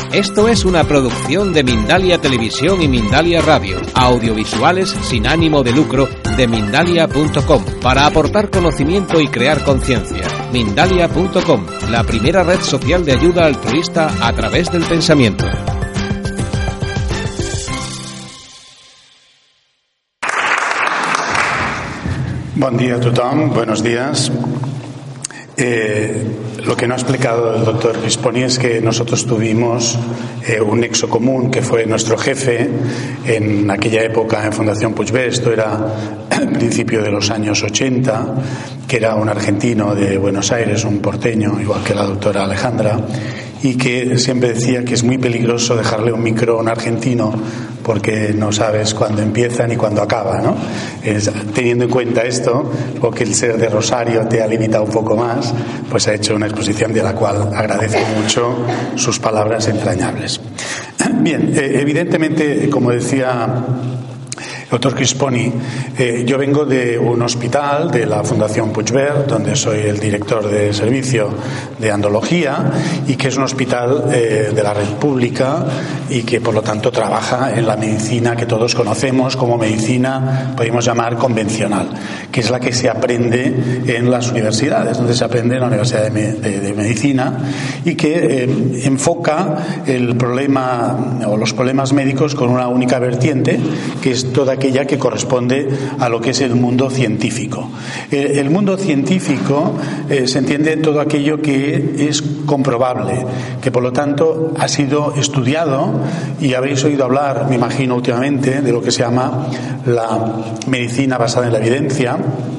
Esto es una producción de Mindalia Televisión y Mindalia Radio, audiovisuales sin ánimo de lucro de Mindalia.com, para aportar conocimiento y crear conciencia. Mindalia.com, la primera red social de ayuda altruista a través del pensamiento. Bon dia a tothom, buenos días. Lo que no ha explicado el doctor Crisponi es que nosotros tuvimos un nexo común, que fue nuestro jefe en aquella época en Fundación Puigvert. Esto era al principio de los años 80, que era un argentino de Buenos Aires, un porteño, igual que la doctora Alejandra, y que siempre decía que es muy peligroso dejarle un micro a un argentino porque no sabes cuándo empieza ni cuándo acaba, ¿no? Teniendo en cuenta esto, o que el ser de Rosario te ha limitado un poco más, pues ha hecho una exposición de la cual agradezco mucho sus palabras entrañables. Bien, evidentemente, como decía doctor Crisponi, yo vengo de un hospital de la Fundación Puigvert, donde soy el director de servicio de andología, y que es un hospital de la red pública y que por lo tanto trabaja en la medicina que todos conocemos como medicina, podemos llamar convencional, que es la que se aprende en las universidades, donde se aprende en la Universidad de Medicina, y que enfoca el problema o los problemas médicos con una única vertiente, que es toda aquella que corresponde a lo que es el mundo científico. El mundo científico se entiende todo aquello que es comprobable, que por lo tanto ha sido estudiado, y habéis oído hablar, me imagino últimamente, de lo que se llama la medicina basada en la evidencia,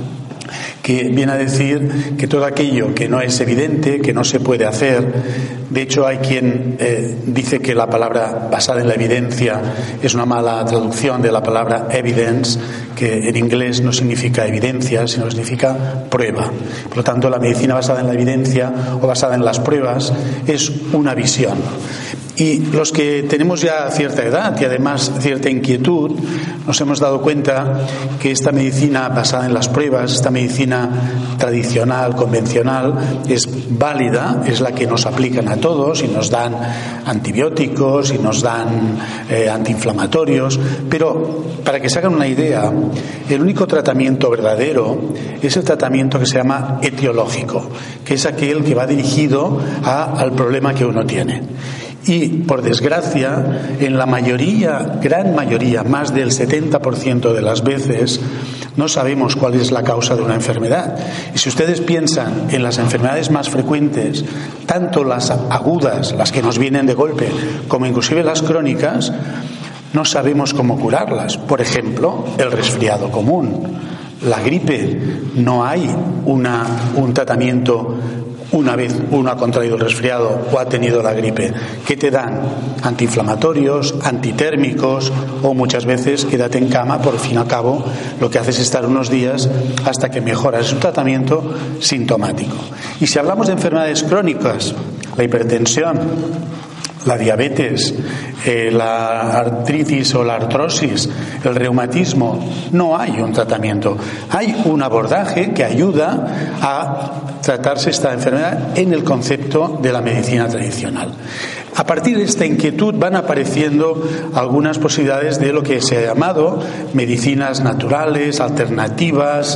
que viene a decir que todo aquello que no es evidente, que no se puede hacer. De hecho, hay quien dice que la palabra basada en la evidencia es una mala traducción de la palabra evidence, que en inglés no significa evidencia, sino significa prueba. Por lo tanto, la medicina basada en la evidencia o basada en las pruebas es una visión. Y los que tenemos ya cierta edad y además cierta inquietud, nos hemos dado cuenta que esta medicina basada en las pruebas, esta medicina tradicional, convencional, es válida, es la que nos aplican a todos y nos dan antibióticos y nos dan antiinflamatorios, pero para que se hagan una idea, el único tratamiento verdadero es el tratamiento que se llama etiológico, que es aquel que va dirigido al problema que uno tiene. Y, por desgracia, en la mayoría, gran mayoría, más del 70% de las veces, no sabemos cuál es la causa de una enfermedad. Y si ustedes piensan en las enfermedades más frecuentes, tanto las agudas, las que nos vienen de golpe, como inclusive las crónicas, no sabemos cómo curarlas. Por ejemplo, el resfriado común, la gripe. No hay un tratamiento. Una vez uno ha contraído el resfriado o ha tenido la gripe, ¿qué te dan? Antiinflamatorios, antitérmicos, o muchas veces quédate en cama, por fin y al cabo lo que haces es estar unos días hasta que mejoras. Es un tratamiento sintomático. Y si hablamos de enfermedades crónicas, la hipertensión, la diabetes, la artritis o la artrosis, el reumatismo, no hay un tratamiento. Hay un abordaje que ayuda a tratarse esta enfermedad en el concepto de la medicina tradicional. A partir de esta inquietud van apareciendo algunas posibilidades de lo que se ha llamado medicinas naturales, alternativas,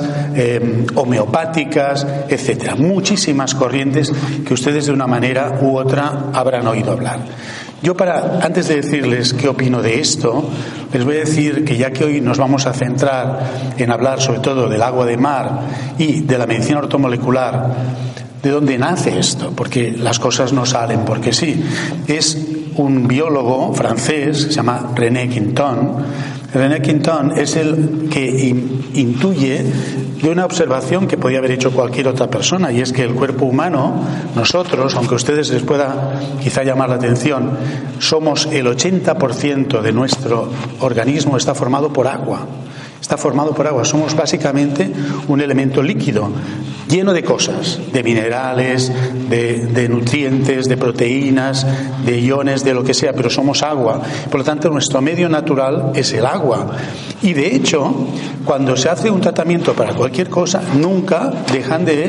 homeopáticas, etcétera. Muchísimas corrientes que ustedes de una manera u otra habrán oído hablar. Yo, antes de decirles qué opino de esto, les voy a decir que ya que hoy nos vamos a centrar en hablar sobre todo del agua de mar y de la medicina ortomolecular, ¿de dónde nace esto? Porque las cosas no salen porque sí. Es un biólogo francés, se llama René Quinton. René Quinton es el que intuye de una observación que podía haber hecho cualquier otra persona, y es que el cuerpo humano, nosotros, aunque a ustedes les pueda quizá llamar la atención, somos el 80% de nuestro organismo está formado por agua. Está formado por agua. Somos básicamente un elemento líquido, lleno de cosas, de minerales, de nutrientes, de proteínas, de iones, de lo que sea, pero somos agua. Por lo tanto, nuestro medio natural es el agua. Y de hecho, cuando se hace un tratamiento para cualquier cosa, nunca dejan de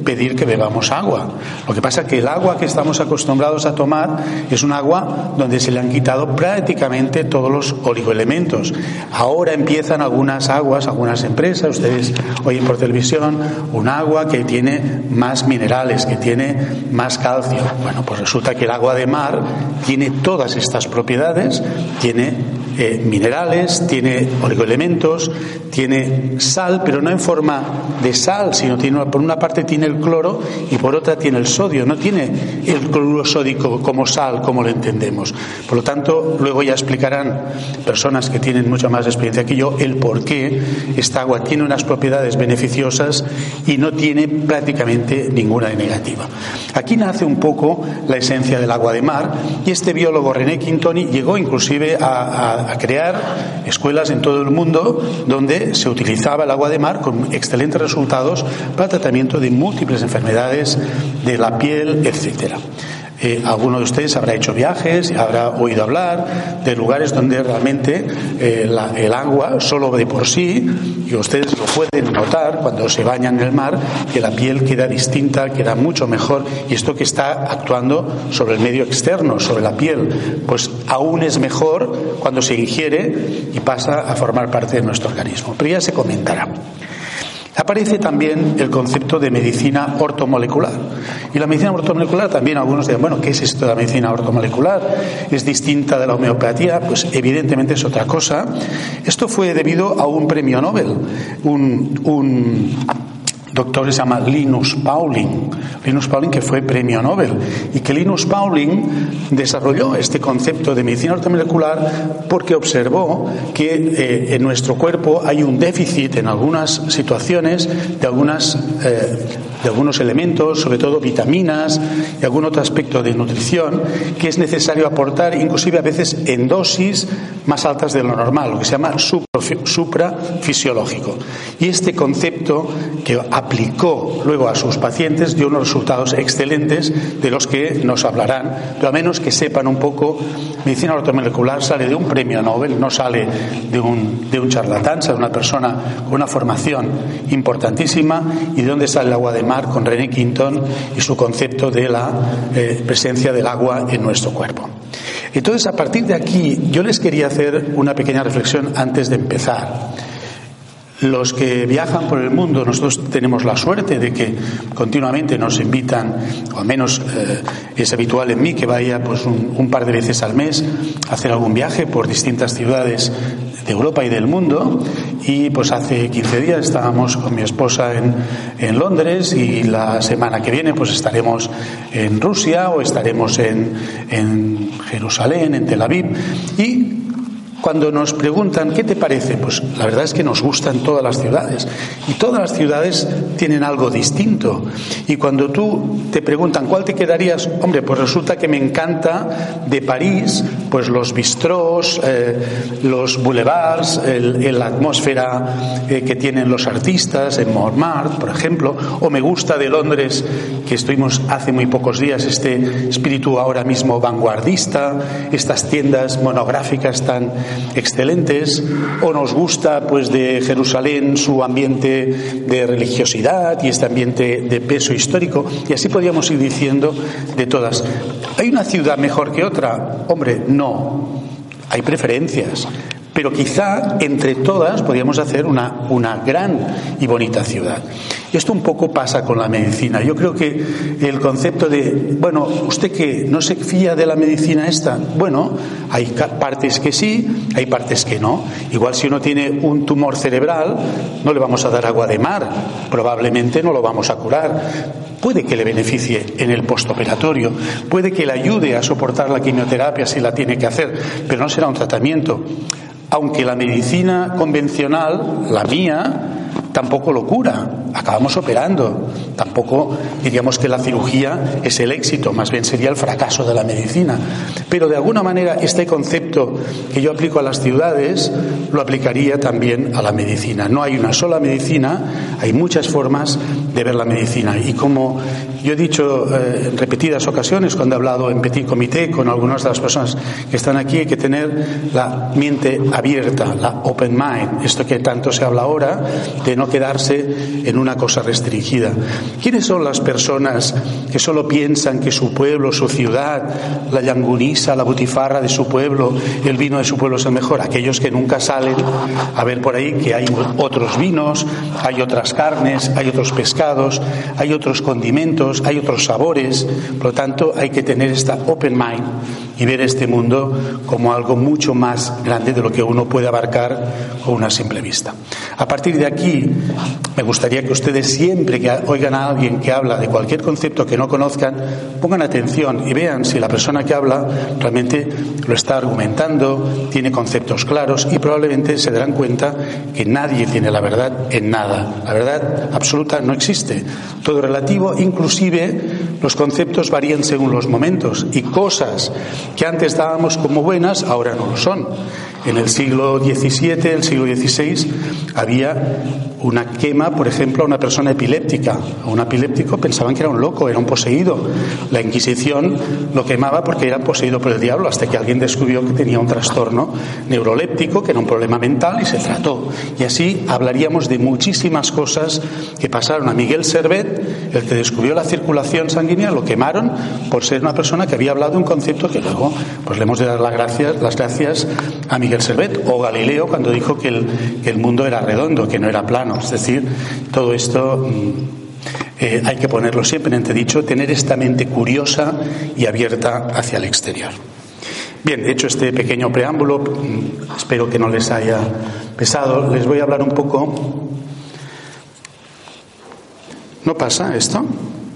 pedir que bebamos agua. Lo que pasa es que el agua que estamos acostumbrados a tomar es un agua donde se le han quitado prácticamente todos los oligoelementos. Ahora empiezan algunas aguas, algunas empresas, ustedes oyen por televisión, un agua que tiene más minerales, que tiene más calcio. Bueno, pues resulta que el agua de mar tiene todas estas propiedades, tiene minerales, tiene oligoelementos, tiene sal, pero no en forma de sal, sino tiene, por una parte tiene el cloro y por otra tiene el sodio, no tiene el cloruro sódico como sal, como lo entendemos. Por lo tanto, luego ya explicarán personas que tienen mucha más experiencia que yo el por qué esta agua tiene unas propiedades beneficiosas y no tiene prácticamente ninguna de negativa. Aquí nace un poco la esencia del agua de mar, y este biólogo René Quintoni llegó inclusive a crear escuelas en todo el mundo donde se utilizaba el agua de mar con excelentes resultados para el tratamiento de múltiples enfermedades de la piel, etcétera. Alguno de ustedes habrá hecho viajes y habrá oído hablar de lugares donde realmente el agua solo de por sí, y ustedes lo pueden notar cuando se bañan en el mar, que la piel queda distinta, queda mucho mejor, y esto que está actuando sobre el medio externo, sobre la piel, pues aún es mejor cuando se ingiere y pasa a formar parte de nuestro organismo. Pero ya se comentará. Aparece también el concepto de medicina ortomolecular. Y la medicina ortomolecular también algunos dirán, bueno, ¿qué es esto de la medicina ortomolecular? ¿Es distinta de la homeopatía? Pues evidentemente es otra cosa. Esto fue debido a un premio Nobel. Un doctor se llama Linus Pauling, que fue premio Nobel, y que Linus Pauling desarrolló este concepto de medicina ortomolecular porque observó que en nuestro cuerpo hay un déficit en algunas situaciones de algunos elementos, sobre todo vitaminas y algún otro aspecto de nutrición, que es necesario aportar, inclusive a veces en dosis más altas de lo normal, lo que se llama suprafisiológico. Y este concepto que aplicó luego a sus pacientes dio unos resultados excelentes de los que nos hablarán, pero a menos que sepan un poco. Medicina ortomolecular sale de un premio Nobel, no sale de un charlatán, sale de una persona con una formación importantísima. ¿Y de dónde sale el agua de mar? Con René Quinton y su concepto de la presencia del agua en nuestro cuerpo. Entonces, a partir de aquí, yo les quería hacer una pequeña reflexión antes de empezar. Los que viajan por el mundo, nosotros tenemos la suerte de que continuamente nos invitan, o al menos es habitual en mí que vaya pues un par de veces al mes a hacer algún viaje por distintas ciudades de Europa y del mundo. Y pues hace 15 días estábamos con mi esposa en Londres, y la semana que viene pues estaremos en Rusia, o estaremos en Jerusalén, en Tel Aviv. Y cuando nos preguntan ¿qué te parece? Pues la verdad es que nos gustan todas las ciudades, y todas las ciudades tienen algo distinto. Y cuando tú te preguntan ¿cuál te quedarías? Hombre, pues resulta que me encanta de París pues los bistrós, los boulevards, la atmósfera que tienen los artistas en Montmartre, por ejemplo. O me gusta de Londres, que estuvimos hace muy pocos días, este espíritu ahora mismo vanguardista, estas tiendas monográficas tan excelentes. O nos gusta pues de Jerusalén su ambiente de religiosidad y este ambiente de peso histórico, y así podríamos ir diciendo de todas. ¿Hay una ciudad mejor que otra? Hombre, no. Hay preferencias, pero quizá entre todas podríamos hacer una gran y bonita ciudad. Y esto un poco pasa con la medicina. Yo creo que el concepto de, bueno, ¿usted qué? ¿No se fía de la medicina esta? Bueno, hay partes que sí, hay partes que no. Igual si uno tiene un tumor cerebral, no le vamos a dar agua de mar, probablemente no lo vamos a curar. Puede que le beneficie en el postoperatorio, puede que le ayude a soportar la quimioterapia si la tiene que hacer, pero no será un tratamiento. Aunque la medicina convencional, la mía, tampoco lo cura, acabamos operando. Tampoco diríamos que la cirugía es el éxito, más bien sería el fracaso de la medicina. Pero de alguna manera este concepto que yo aplico a las ciudades lo aplicaría también a la medicina. No hay una sola medicina, hay muchas formas de ver la medicina. Y como yo he dicho en repetidas ocasiones cuando he hablado en petit comité con algunas de las personas que están aquí, hay que tener la mente abierta, la open mind, esto que tanto se habla ahora, de no quedarse en una cosa restringida. ¿Quiénes son las personas que solo piensan que su pueblo, su ciudad, la llangonisa, la butifarra de su pueblo, el vino de su pueblo es el mejor? Aquellos que nunca salen a ver por ahí que hay otros vinos, hay otras carnes, hay otros pescados, hay otros condimentos, hay otros sabores. Por lo tanto, hay que tener esta open mind y ver este mundo como algo mucho más grande de lo que uno puede abarcar con una simple vista. A partir de aquí, me gustaría que ustedes, siempre que oigan a alguien que habla de cualquier concepto que no conozcan, pongan atención y vean si la persona que habla realmente lo está argumentando, tiene conceptos claros, y probablemente se darán cuenta que nadie tiene la verdad en nada. La verdad absoluta no existe. Todo es relativo, inclusive los conceptos varían según los momentos, y cosas que antes dábamos como buenas ahora no lo son. En el siglo XVII, el siglo XVI, había una quema, por ejemplo, a una persona epiléptica. A un epiléptico pensaban que era un loco, era un poseído. La Inquisición lo quemaba porque era poseído por el diablo, hasta que alguien descubrió que tenía un trastorno neuroléptico, que era un problema mental, y se trató. Y así hablaríamos de muchísimas cosas que pasaron. A Miguel Servet, el que descubrió la circulación sanguínea, lo quemaron por ser una persona que había hablado de un concepto que luego pues le hemos de dar las gracias a Miguel Servet. O Galileo, cuando dijo que el mundo era redondo, que no era plano. Es decir, todo esto hay que ponerlo siempre en entredicho, tener esta mente curiosa y abierta hacia el exterior. Bien, hecho este pequeño preámbulo, espero que no les haya pesado, les voy a hablar un poco. ¿No pasa esto?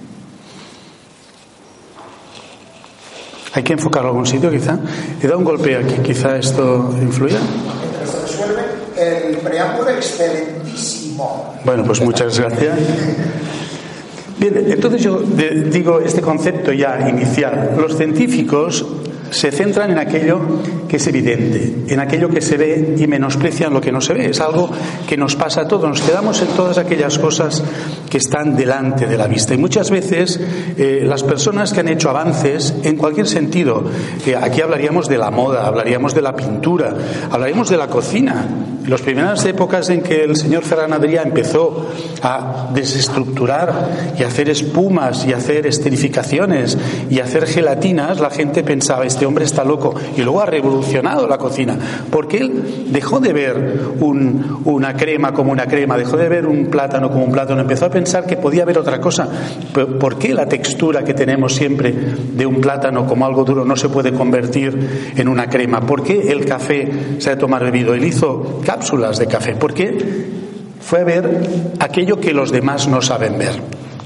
¿Hay que enfocarlo a algún sitio, quizá? He dado un golpe aquí, quizá esto influya. Mientras se resuelve, el preámbulo excelentísimo. Bueno, pues muchas gracias. Bien, entonces yo digo este concepto ya inicial. Los científicos se centran en aquello que es evidente, en aquello que se ve, y menosprecian lo que no se ve. Es algo que nos pasa a todos, nos quedamos en todas aquellas cosas que están delante de la vista. Y muchas veces las personas que han hecho avances en cualquier sentido, aquí hablaríamos de la moda, hablaríamos de la pintura, hablaríamos de la cocina. En las primeras épocas en que el señor Ferran Adrià empezó a desestructurar y a hacer espumas y a hacer esterificaciones y a hacer gelatinas, la gente pensaba, este hombre está loco, y luego ha revolucionado la cocina, porque él dejó de ver una crema como una crema, dejó de ver un plátano como un plátano, empezó a pensar que podía haber otra cosa. ¿Por qué la textura que tenemos siempre de un plátano como algo duro no se puede convertir en una crema? ¿Por qué el café se ha de tomar bebido? Él hizo cápsulas de café, porque fue a ver aquello que los demás no saben ver.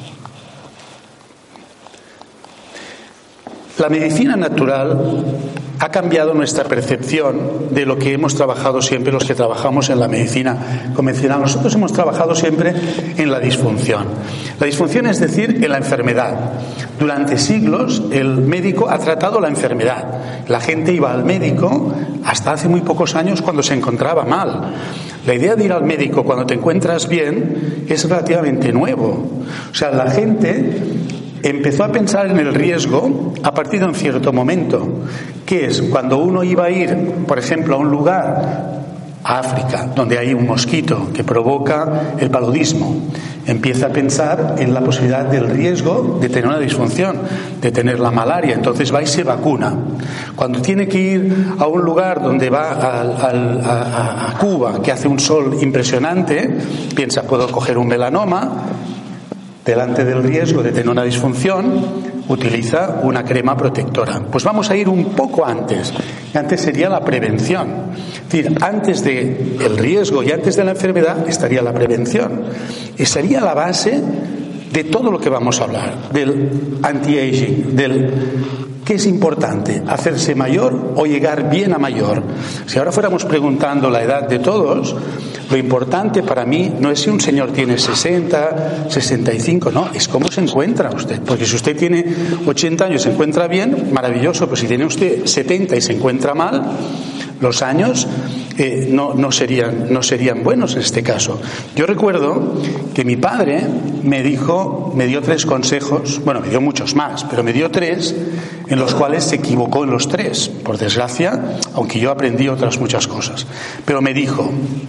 La medicina natural ha cambiado nuestra percepción de lo que hemos trabajado siempre los que trabajamos en la medicina convencional. Nosotros hemos trabajado siempre en la disfunción. La disfunción es decir, en la enfermedad. Durante siglos el médico ha tratado la enfermedad. La gente iba al médico hasta hace muy pocos años cuando se encontraba mal. La idea de ir al médico cuando te encuentras bien es relativamente nuevo. O sea, la gente empezó a pensar en el riesgo a partir de un cierto momento, que es cuando uno iba a ir, por ejemplo, a un lugar, a África, donde hay un mosquito que provoca el paludismo, empieza a pensar en la posibilidad del riesgo de tener una disfunción, de tener la malaria, entonces va y se vacuna. Cuando tiene que ir a un lugar donde va a Cuba, que hace un sol impresionante, piensa, puedo coger un melanoma. Delante del riesgo de tener una disfunción, utiliza una crema protectora. Pues vamos a ir un poco antes. Antes sería la prevención. Es decir, antes del riesgo y antes de la enfermedad estaría la prevención. Y sería la base de todo lo que vamos a hablar, del anti-aging, del ¿qué es importante? ¿Hacerse mayor o llegar bien a mayor? Si ahora fuéramos preguntando la edad de todos, lo importante para mí no es si un señor tiene 60, 65, no, es cómo se encuentra usted. Porque si usted tiene 80 años y se encuentra bien, maravilloso, pero si tiene usted 70 y se encuentra mal, los años no serían buenos en este caso. Yo recuerdo que mi padre me dio 3 consejos, bueno, me dio muchos más, pero me dio 3 en los cuales se equivocó en los 3, por desgracia, aunque yo aprendí otras muchas cosas. Pero me dijo,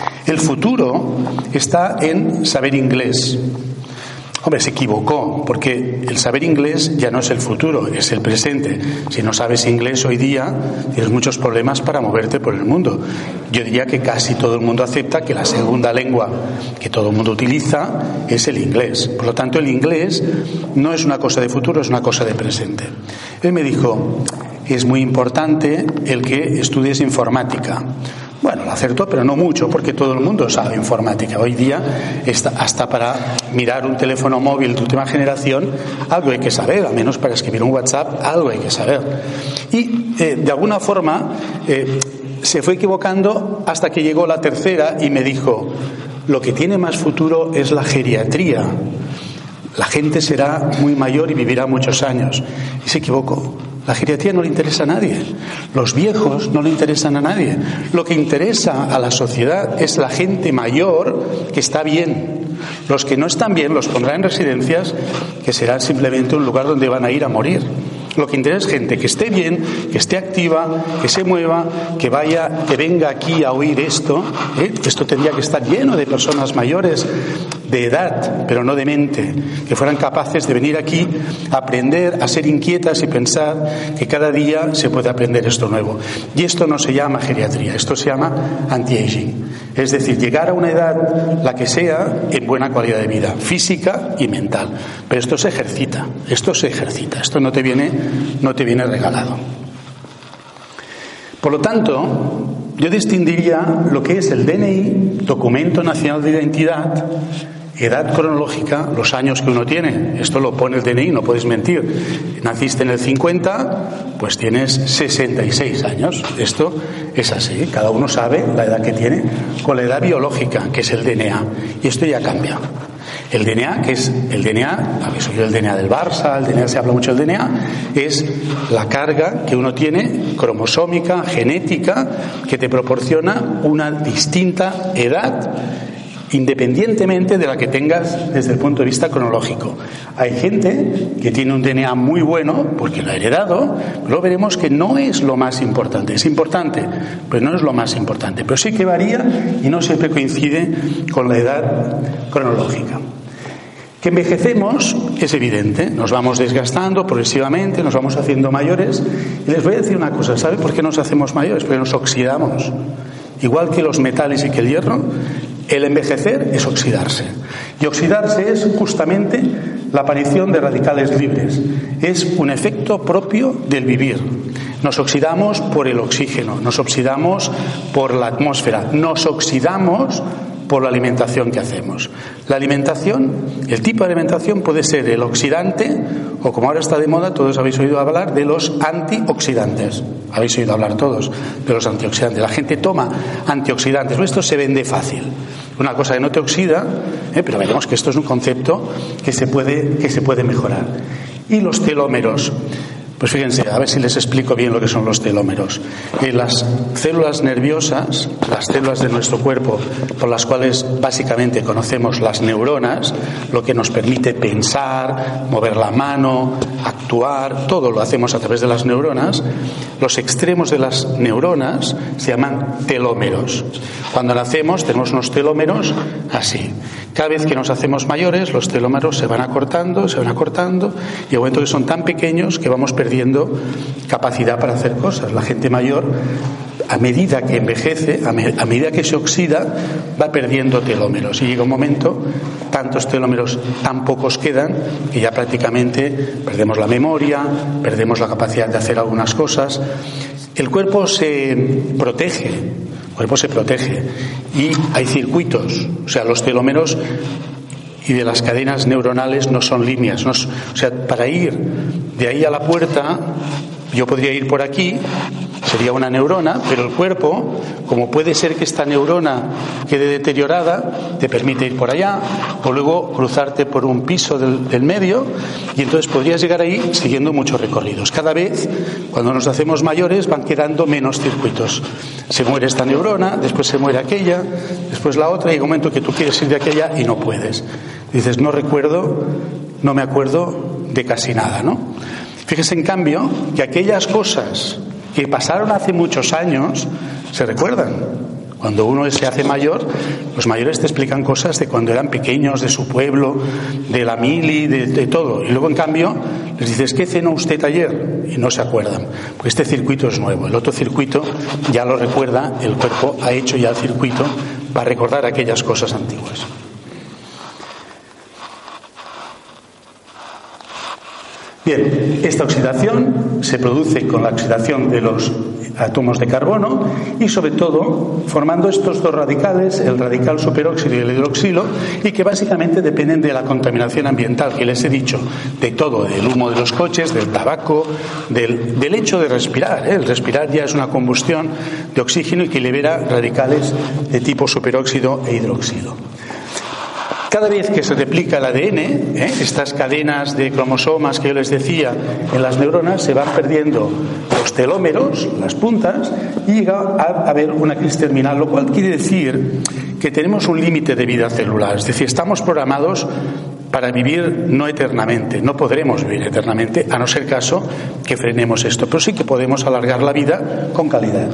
El futuro está en saber inglés. Hombre, se equivocó, porque el saber inglés ya no es el futuro, es el presente. Si no sabes inglés hoy día, tienes muchos problemas para moverte por el mundo. Yo diría que casi todo el mundo acepta que la segunda lengua que todo el mundo utiliza es el inglés. Por lo tanto, el inglés no es una cosa de futuro, es una cosa de presente. Él me dijo, es muy importante el que estudies informática. Bueno, lo acertó, pero no mucho, porque todo el mundo sabe informática. Hoy día, hasta para mirar un teléfono móvil de última generación, algo hay que saber, al menos para escribir un WhatsApp, algo hay que saber. Y de alguna forma se fue equivocando hasta que llegó la tercera y me dijo, lo que tiene más futuro es la geriatría. La gente será muy mayor y vivirá muchos años. Y se equivocó. La geriatría no le interesa a nadie. Los viejos no le interesan a nadie. Lo que interesa a la sociedad es la gente mayor que está bien. Los que no están bien los pondrá en residencias que serán simplemente un lugar donde van a ir a morir. Lo que interesa es gente que esté bien, que esté activa, que se mueva, que vaya, que venga aquí a oír esto. Esto tendría que estar lleno de personas mayores de edad, pero no de mente, que fueran capaces de venir aquí a aprender, a ser inquietas y pensar que cada día se puede aprender esto nuevo. Y esto no se llama geriatría, esto se llama anti-aging. Es decir, llegar a una edad, la que sea, en buena calidad de vida, física y mental. Pero esto se ejercita, esto no te viene regalado. Por lo tanto, yo distinguiría lo que es el DNI, Documento Nacional de Identidad, edad cronológica, los años que uno tiene. Esto lo pone el DNI, no puedes mentir. Naciste en el 50, pues tienes 66 años. Esto es así. Cada uno sabe la edad que tiene con la edad biológica, que es el DNA. Y esto ya cambia. El DNA, que es el DNA, habéis oído el DNA del Barça, el DNA, se habla mucho del DNA, es la carga que uno tiene cromosómica, genética, que te proporciona una distinta edad, independientemente de la que tengas desde el punto de vista cronológico. Hay gente que tiene un DNA muy bueno porque lo ha heredado, pero veremos que no es lo más importante. Es importante, pero no es lo más importante. Pero sí que varía y no siempre coincide con la edad cronológica. Que envejecemos es evidente, nos vamos desgastando progresivamente, nos vamos haciendo mayores. Y les voy a decir una cosa, ¿sabe por qué nos hacemos mayores? Porque nos oxidamos. Igual que los metales y que el hierro, el envejecer es oxidarse. Y oxidarse es justamente la aparición de radicales libres. Es un efecto propio del vivir. Nos oxidamos por el oxígeno, nos oxidamos por la atmósfera, nos oxidamos por la alimentación que hacemos. La alimentación, el tipo de alimentación puede ser el oxidante o, como ahora está de moda, todos habéis oído hablar de los antioxidantes. Habéis oído hablar todos de los antioxidantes. La gente toma antioxidantes. Esto se vende fácil. Una cosa que no te oxida, pero veremos que esto es un concepto que se puede mejorar. Y los telómeros. Pues fíjense, a ver si les explico bien lo que son los telómeros. Las células nerviosas, las células de nuestro cuerpo, por las cuales básicamente conocemos las neuronas, lo que nos permite pensar, mover la mano, actuar, todo lo hacemos a través de las neuronas. Los extremos de las neuronas se llaman telómeros. Cuando nacemos tenemos unos telómeros así. Cada vez que nos hacemos mayores, los telómeros se van acortando, y al momento que son tan pequeños que vamos perdiendo capacidad para hacer cosas. La gente mayor, a medida que envejece, a medida que se oxida, va perdiendo telómeros. Y llega un momento, tantos telómeros, tan pocos quedan, que ya prácticamente perdemos la memoria, perdemos la capacidad de hacer algunas cosas. El cuerpo se protege. Y hay circuitos, o sea, los telómeros y de las cadenas neuronales no son líneas. O sea, para ir de ahí a la puerta, yo podría ir por aquí, sería una neurona, pero el cuerpo, como puede ser que esta neurona quede deteriorada, te permite ir por allá, o luego cruzarte por un piso del medio, y entonces podrías llegar ahí siguiendo muchos recorridos. Cada vez, cuando nos hacemos mayores, van quedando menos circuitos. Se muere esta neurona, después se muere aquella, después la otra, y hay un momento que tú quieres ir de aquella y no puedes. Dices, no me acuerdo de casi nada, ¿no? Fíjese, en cambio, que aquellas cosas que pasaron hace muchos años se recuerdan. Cuando uno se hace mayor, los mayores te explican cosas de cuando eran pequeños, de su pueblo, de la mili, de todo. Y luego, en cambio, les dices, ¿qué cenó usted ayer? Y no se acuerdan. Pues este circuito es nuevo. El otro circuito ya lo recuerda, el cuerpo ha hecho ya el circuito para recordar aquellas cosas antiguas. Bien, esta oxidación se produce con la oxidación de los átomos de carbono y sobre todo formando estos dos radicales, el radical superóxido y el hidroxilo, y que básicamente dependen de la contaminación ambiental que les he dicho, de todo, del humo de los coches, del tabaco, del hecho de respirar. El respirar ya es una combustión de oxígeno y que libera radicales de tipo superóxido e hidroxilo. Cada vez que se replica el ADN, estas cadenas de cromosomas que yo les decía en las neuronas, se van perdiendo los telómeros, las puntas, y llega a haber una crisis terminal, lo cual quiere decir que tenemos un límite de vida celular. Es decir, estamos programados para vivir no eternamente, no podremos vivir eternamente, a no ser caso que frenemos esto, pero sí que podemos alargar la vida con calidad.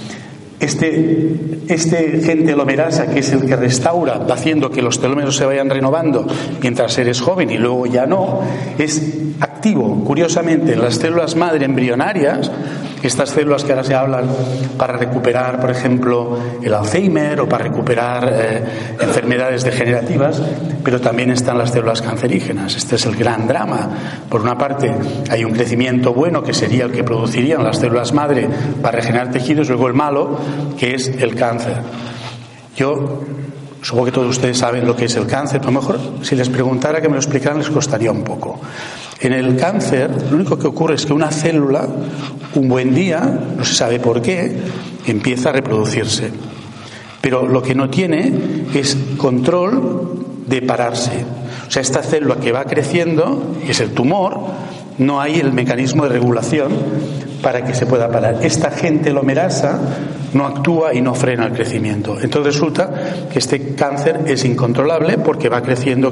Este gen telomerasa, que es el que restaura, va haciendo que los telómeros se vayan renovando mientras eres joven y luego ya no, es activo, curiosamente, en las células madre embrionarias, estas células que ahora se hablan para recuperar, por ejemplo, el Alzheimer o para recuperar enfermedades degenerativas, pero también están las células cancerígenas. Este es el gran drama. Por una parte, hay un crecimiento bueno que sería el que producirían las células madre para regenerar tejidos, luego el malo, que es el cáncer. Yo supongo que todos ustedes saben lo que es el cáncer, pero a lo mejor si les preguntara que me lo explicaran les costaría un poco. En el cáncer, lo único que ocurre es que una célula, un buen día, no se sabe por qué, empieza a reproducirse. Pero lo que no tiene es control de pararse. O sea, esta célula que va creciendo, que es el tumor, no hay el mecanismo de regulación para que se pueda parar. Esta gen telomerasa no actúa y no frena el crecimiento. Entonces resulta que este cáncer es incontrolable porque va creciendo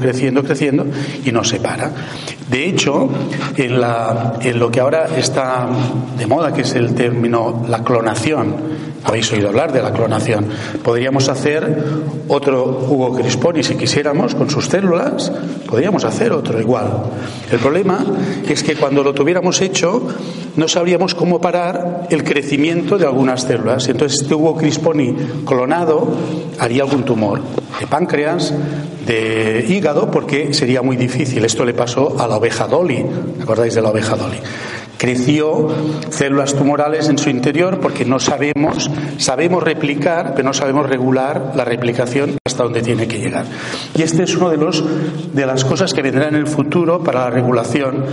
y no se para. De hecho, en lo que ahora está de moda, que es el término la clonación, habéis oído hablar de la clonación, podríamos hacer otro Hugo Crisponi si quisiéramos, con sus células, podríamos hacer otro igual. El problema es que cuando lo tuviéramos hecho no sabríamos cómo parar el crecimiento de algunas células. Entonces este Hugo Crisponi clonado haría algún tumor de páncreas, de hígado, porque sería muy difícil. Esto le pasó a la oveja Dolly. ¿Me acordáis de la oveja Dolly? Creció células tumorales en su interior porque no sabemos replicar, pero no sabemos regular la replicación hasta donde tiene que llegar. Y este es uno de las cosas que vendrán en el futuro para la regulación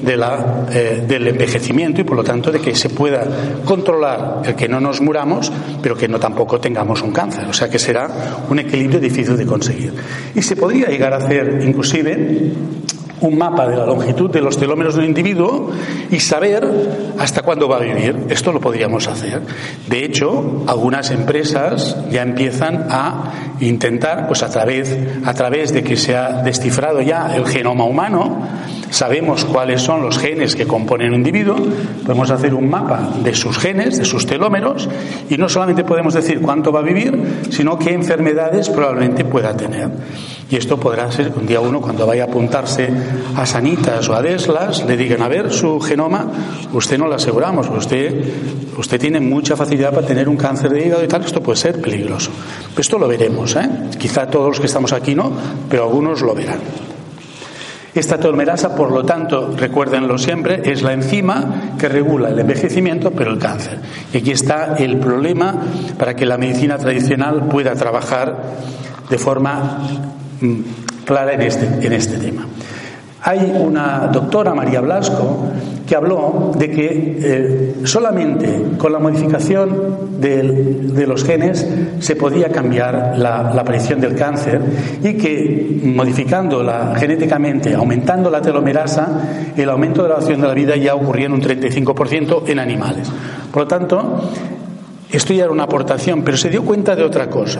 del envejecimiento y por lo tanto de que se pueda controlar el que no nos muramos, pero que no tampoco tengamos un cáncer. O sea que será un equilibrio difícil de conseguir. Y se podría llegar a hacer inclusive un mapa de la longitud de los telómeros de un individuo y saber hasta cuándo va a vivir. Esto lo podríamos hacer. De hecho, algunas empresas ya empiezan a intentar, pues a través de que se ha descifrado ya el genoma humano, sabemos cuáles son los genes que componen un individuo, podemos hacer un mapa de sus genes, de sus telómeros, y no solamente podemos decir cuánto va a vivir, sino qué enfermedades probablemente pueda tener. Y esto podrá ser que un día uno, cuando vaya a apuntarse a Sanitas o a Deslas, le digan, a ver, su genoma, usted no lo aseguramos, usted tiene mucha facilidad para tener un cáncer de hígado y tal, esto puede ser peligroso. Pues esto lo veremos, quizá todos los que estamos aquí no, pero algunos lo verán. Esta telomerasa, por lo tanto, recuérdenlo siempre, es la enzima que regula el envejecimiento, pero el cáncer. Y aquí está el problema para que la medicina tradicional pueda trabajar de forma clara en este tema. Hay una doctora, María Blasco, que habló de que solamente con la modificación de los genes se podía cambiar la aparición del cáncer y que modificándola genéticamente, aumentando la telomerasa, el aumento de la duración de la vida ya ocurría en un 35% en animales. Por lo tanto, esto ya era una aportación, pero se dio cuenta de otra cosa.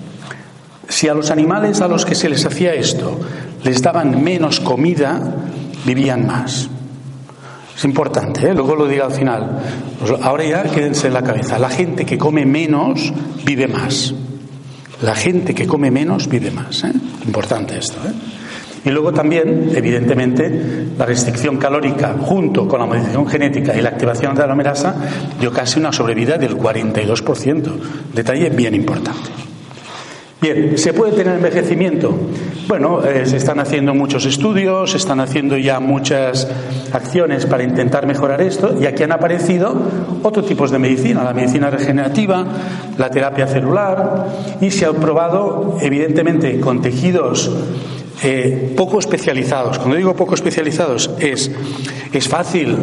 Si a los animales a los que se les hacía esto les daban menos comida, vivían más. Es importante, ¿eh? Luego lo digo al final. Ahora ya quédense en la cabeza. La gente que come menos vive más. La gente que come menos vive más, ¿eh? Importante esto, ¿eh? Y luego también, evidentemente, la restricción calórica junto con la modificación genética y la activación de la telomerasa dio casi una sobrevida del 42%. Detalle bien importante. Bien, ¿se puede tener envejecimiento? Bueno, se están haciendo muchos estudios, se están haciendo ya muchas acciones para intentar mejorar esto, y aquí han aparecido otros tipos de medicina, la medicina regenerativa, la terapia celular, y se ha probado, evidentemente, con tejidos poco especializados. Cuando digo poco especializados, es fácil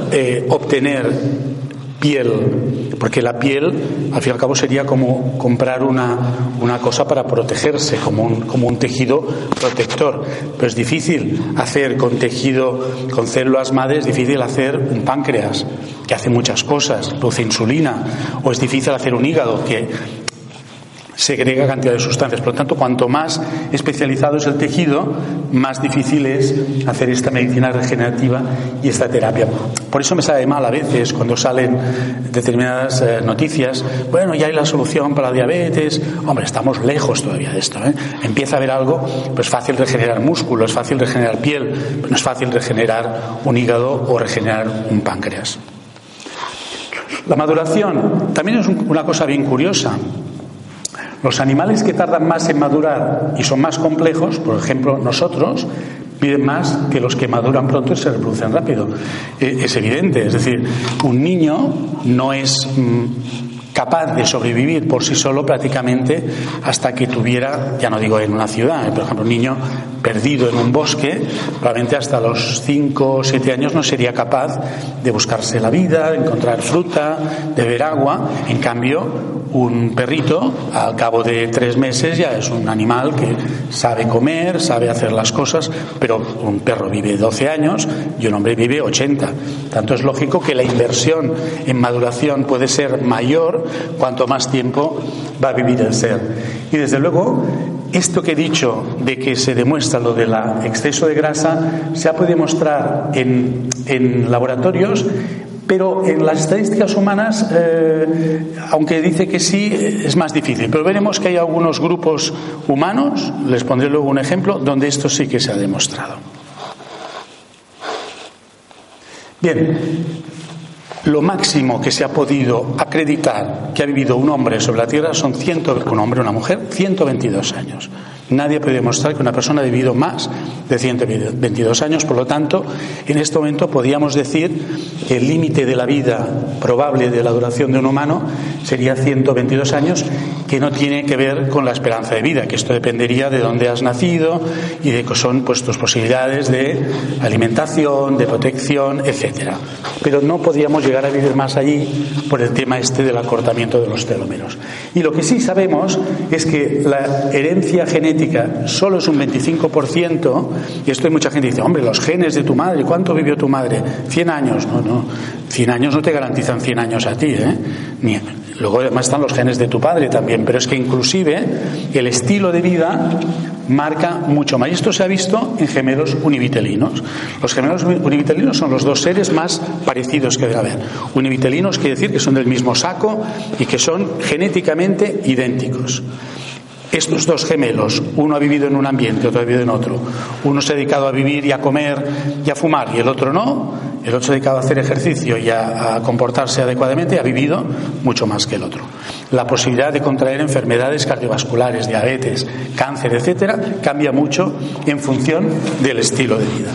obtener piel, porque la piel al fin y al cabo sería como comprar una cosa para protegerse, como un tejido protector, pero es difícil hacer con tejido, con células madre, es difícil hacer un páncreas que hace muchas cosas, produce insulina, o es difícil hacer un hígado que segrega cantidad de sustancias. Por lo tanto, cuanto más especializado es el tejido, más difícil es hacer esta medicina regenerativa y esta terapia. Por eso me sabe mal a veces cuando salen determinadas noticias, bueno, ya hay la solución para la diabetes. Hombre, estamos lejos todavía de esto, ¿eh? Empieza a haber algo, pues es fácil regenerar músculo, es fácil regenerar piel, pero no es fácil regenerar un hígado o regenerar un páncreas. La maduración también es una cosa bien curiosa. Los animales que tardan más en madurar y son más complejos, por ejemplo nosotros, viven más que los que maduran pronto y se reproducen rápido. Es evidente, es decir, un niño no es capaz de sobrevivir por sí solo prácticamente hasta que tuviera, ya no digo en una ciudad, por ejemplo un niño perdido en un bosque, probablemente hasta los 5 o 7 años no sería capaz de buscarse la vida, de encontrar fruta, de beber agua. En cambio, un perrito al cabo de 3 meses ya es un animal que sabe comer, sabe hacer las cosas, pero un perro vive 12 años y un hombre vive 80. Tanto es lógico que la inversión en maduración puede ser mayor cuanto más tiempo va a vivir el ser. Y desde luego, esto que he dicho de que se demuestra lo del exceso de grasa se ha podido demostrar en laboratorios, pero en las estadísticas humanas, aunque dice que sí, es más difícil. Pero veremos que hay algunos grupos humanos, les pondré luego un ejemplo, donde esto sí que se ha demostrado. Bien, lo máximo que se ha podido acreditar que ha vivido un hombre sobre la Tierra son un hombre o una mujer, 122 años. Nadie puede demostrar que una persona ha vivido más de 122 años. Por lo tanto, en este momento podríamos decir que el límite de la vida probable de la duración de un humano sería 122 años, que no tiene que ver con la esperanza de vida, que esto dependería de dónde has nacido y de que son pues tus posibilidades de alimentación, de protección, etcétera. Pero no podríamos llegar a vivir más allí por el tema del acortamiento de los telómeros. Y lo que sí sabemos es que la herencia genética solo es un 25%, y esto hay mucha gente que dice, hombre, los genes de tu madre, ¿cuánto vivió tu madre? 100 años. No, 100 años no te garantizan 100 años a ti, ¿eh? Luego además están los genes de tu padre también, pero es que inclusive el estilo de vida marca mucho más. Y esto se ha visto en gemelos univitelinos. Los gemelos univitelinos son los dos seres más parecidos que debe haber. Univitelinos quiere decir que son del mismo saco y que son genéticamente idénticos. Estos dos gemelos, uno ha vivido en un ambiente, otro ha vivido en otro. Uno se ha dedicado a vivir y a comer y a fumar, y el otro no. El otro se ha dedicado a hacer ejercicio y a comportarse adecuadamente, y ha vivido mucho más que el otro. La posibilidad de contraer enfermedades cardiovasculares, diabetes, cáncer, etcétera, cambia mucho en función del estilo de vida.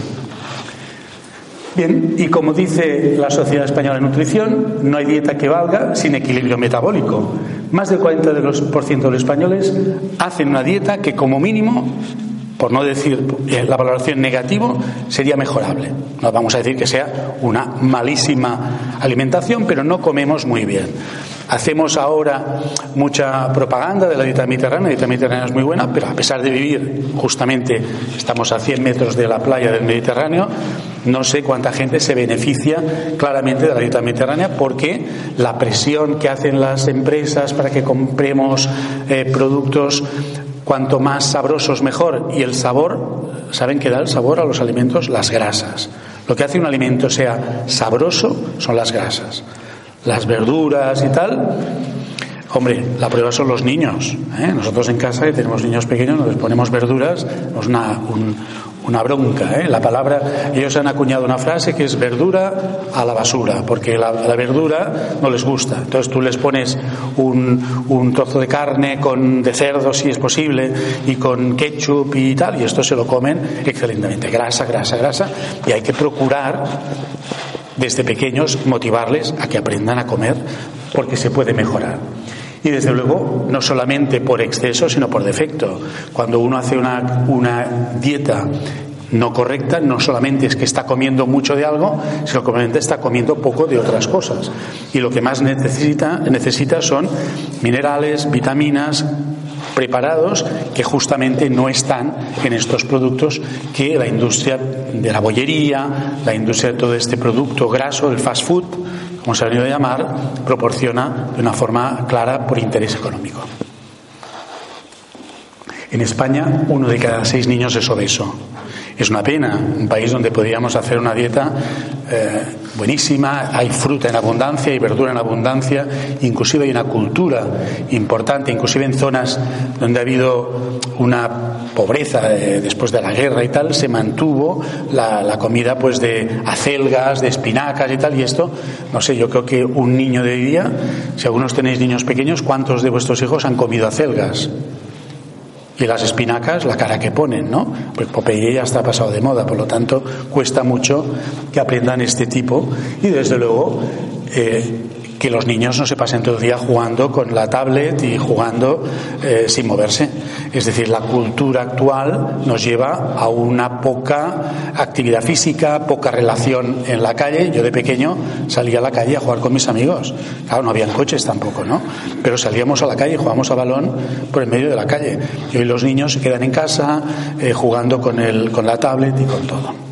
Bien, y como dice la Sociedad Española de Nutrición, no hay dieta que valga sin equilibrio metabólico. Más del 40% de los españoles hacen una dieta que como mínimo, por no decir la valoración negativo, sería mejorable. No vamos a decir que sea una malísima alimentación, pero no comemos muy bien. Hacemos ahora mucha propaganda de la dieta mediterránea. La dieta mediterránea es muy buena, pero a pesar de vivir, justamente estamos a 100 metros de la playa del Mediterráneo, no sé cuánta gente se beneficia claramente de la dieta mediterránea, porque la presión que hacen las empresas para que compremos productos cuanto más sabrosos mejor, y el sabor, ¿saben qué da el sabor a los alimentos? Las grasas. Lo que hace un alimento sea sabroso son las grasas. Las verduras y tal, hombre, la prueba son los niños, ¿eh? Nosotros en casa, que tenemos niños pequeños, nos les ponemos verduras, es una bronca, ¿eh? La palabra, ellos han acuñado una frase que es verdura a la basura, porque la verdura no les gusta. Entonces tú les pones un trozo de carne de cerdo, si es posible, y con ketchup y tal, y esto se lo comen excelentemente. Grasa, y hay que procurar desde pequeños motivarles a que aprendan a comer, porque se puede mejorar. Y desde luego, no solamente por exceso, sino por defecto. Cuando uno hace una dieta no correcta, no solamente es que está comiendo mucho de algo, sino que obviamente está comiendo poco de otras cosas. Y lo que más necesita son minerales, vitaminas, preparados que justamente no están en estos productos que la industria de la bollería, la industria de todo este producto graso, el fast food, como se ha venido a llamar, proporciona de una forma clara por interés económico. En España, 1 de cada 6 niños es obeso. Es una pena, un país donde podríamos hacer una dieta buenísima, hay fruta en abundancia, hay verdura en abundancia, inclusive hay una cultura importante, inclusive en zonas donde ha habido una pobreza después de la guerra y tal, se mantuvo la comida pues de acelgas, de espinacas y tal, y esto, no sé, yo creo que un niño de hoy día, si algunos tenéis niños pequeños, ¿cuántos de vuestros hijos han comido acelgas? Y las espinacas, la cara que ponen, ¿no? Pues Popeye ya está pasado de moda, por lo tanto cuesta mucho que aprendan este tipo, y desde luego que los niños no se pasen todo el día jugando con la tablet y jugando sin moverse. Es decir, la cultura actual nos lleva a una poca actividad física, poca relación en la calle. Yo de pequeño salía a la calle a jugar con mis amigos. Claro, no habían coches tampoco, ¿no? Pero salíamos a la calle y jugábamos a balón por el medio de la calle. Y hoy los niños se quedan en casa jugando con la tablet y con todo.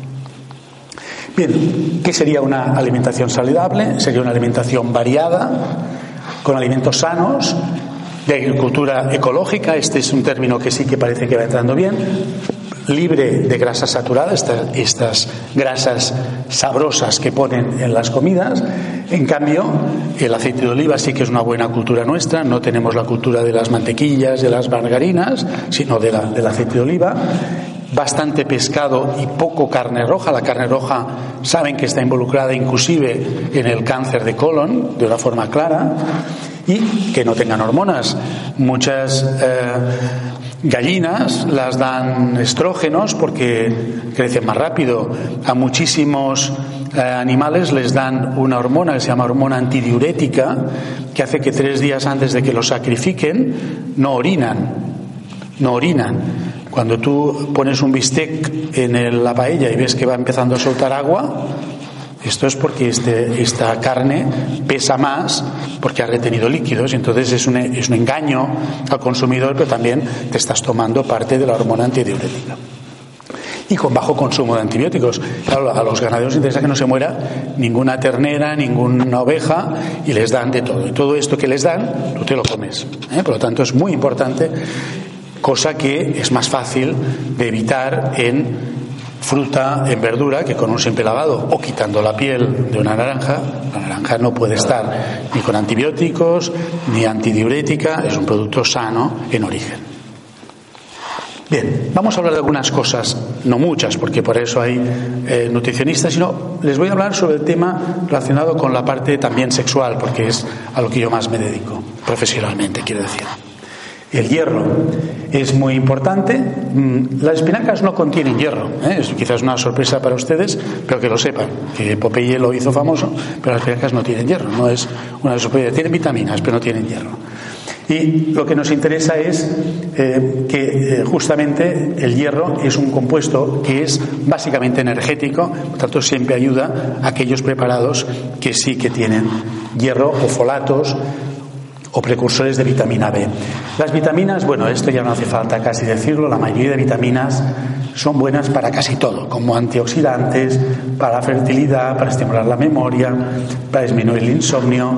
Bien, ¿qué sería una alimentación saludable? Sería una alimentación variada, con alimentos sanos, de agricultura ecológica, este es un término que sí que parece que va entrando bien, libre de grasas saturadas, estas grasas sabrosas que ponen en las comidas. En cambio, el aceite de oliva sí que es una buena cultura nuestra, no tenemos la cultura de las mantequillas, de las margarinas, sino del aceite de oliva. Bastante pescado y poco carne roja. La carne roja saben que está involucrada inclusive en el cáncer de colon de una forma clara, y que no tengan hormonas. Muchas gallinas las dan estrógenos porque crecen más rápido. A muchísimos animales les dan una hormona que se llama hormona antidiurética, que hace que 3 días antes de que los sacrifiquen no orinan. Cuando tú pones un bistec en la paella y ves que va empezando a soltar agua, esto es porque esta carne pesa más porque ha retenido líquidos, y entonces es un engaño al consumidor, pero también te estás tomando parte de la hormona antidiurética. Y con bajo consumo de antibióticos. Claro, a los ganaderos les interesa que no se muera ninguna ternera, ninguna oveja, y les dan de todo. Y todo esto que les dan, tú te lo comes. Por lo tanto, es muy importante, cosa que es más fácil de evitar en fruta, en verdura, que con un simple lavado o quitando la piel de una naranja. La naranja no puede estar ni con antibióticos ni antidiurética, es un producto sano en origen. Bien, vamos a hablar de algunas cosas, no muchas, porque por eso hay nutricionistas, sino les voy a hablar sobre el tema relacionado con la parte también sexual, porque es a lo que yo más me dedico, profesionalmente, quiero decir. El hierro es muy importante. Las espinacas no contienen hierro, es quizás una sorpresa para ustedes, pero que lo sepan, que Popeye lo hizo famoso, pero las espinacas no tienen hierro, no es una sorpresa. Tienen vitaminas, pero no tienen hierro. Y lo que nos interesa es que justamente el hierro es un compuesto que es básicamente energético, por tanto siempre ayuda a aquellos preparados que sí que tienen hierro o folatos o precursores de vitamina B. Las vitaminas, bueno, esto ya no hace falta casi decirlo, la mayoría de vitaminas son buenas para casi todo, como antioxidantes, para la fertilidad, para estimular la memoria, para disminuir el insomnio,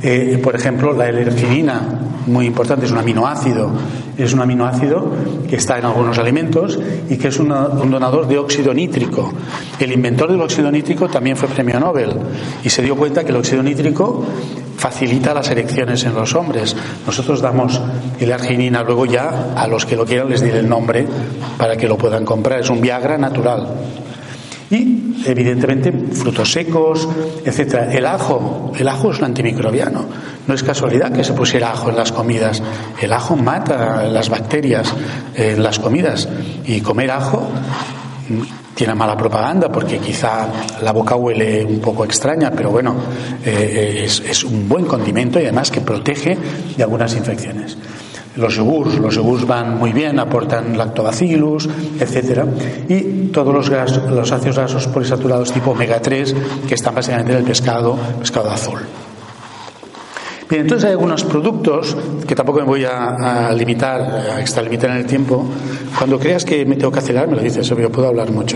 Por ejemplo, la L-arginina, muy importante, es un aminoácido que está en algunos alimentos y que es un donador de óxido nítrico. El inventor del óxido nítrico también fue premio Nobel y se dio cuenta que el óxido nítrico facilita las erecciones en los hombres. Nosotros damos L-arginina, luego ya a los que lo quieran les diré el nombre para que lo puedan comprar. Es un Viagra natural. Y evidentemente frutos secos, etcétera. El ajo es un antimicrobiano. No es casualidad que se pusiera ajo en las comidas. El ajo mata las bacterias en las comidas. Y comer ajo tiene mala propaganda porque quizá la boca huele un poco extraña, pero bueno, es un buen condimento y además que protege de algunas infecciones. Los yogures van muy bien, aportan lactobacillus, etcétera, y todos los ácidos grasos polisaturados tipo omega 3 que están básicamente en el pescado azul. Bien, entonces hay algunos productos que tampoco me voy a extralimitar en el tiempo. Cuando creas que me tengo que acelerar me lo dices, yo puedo hablar mucho,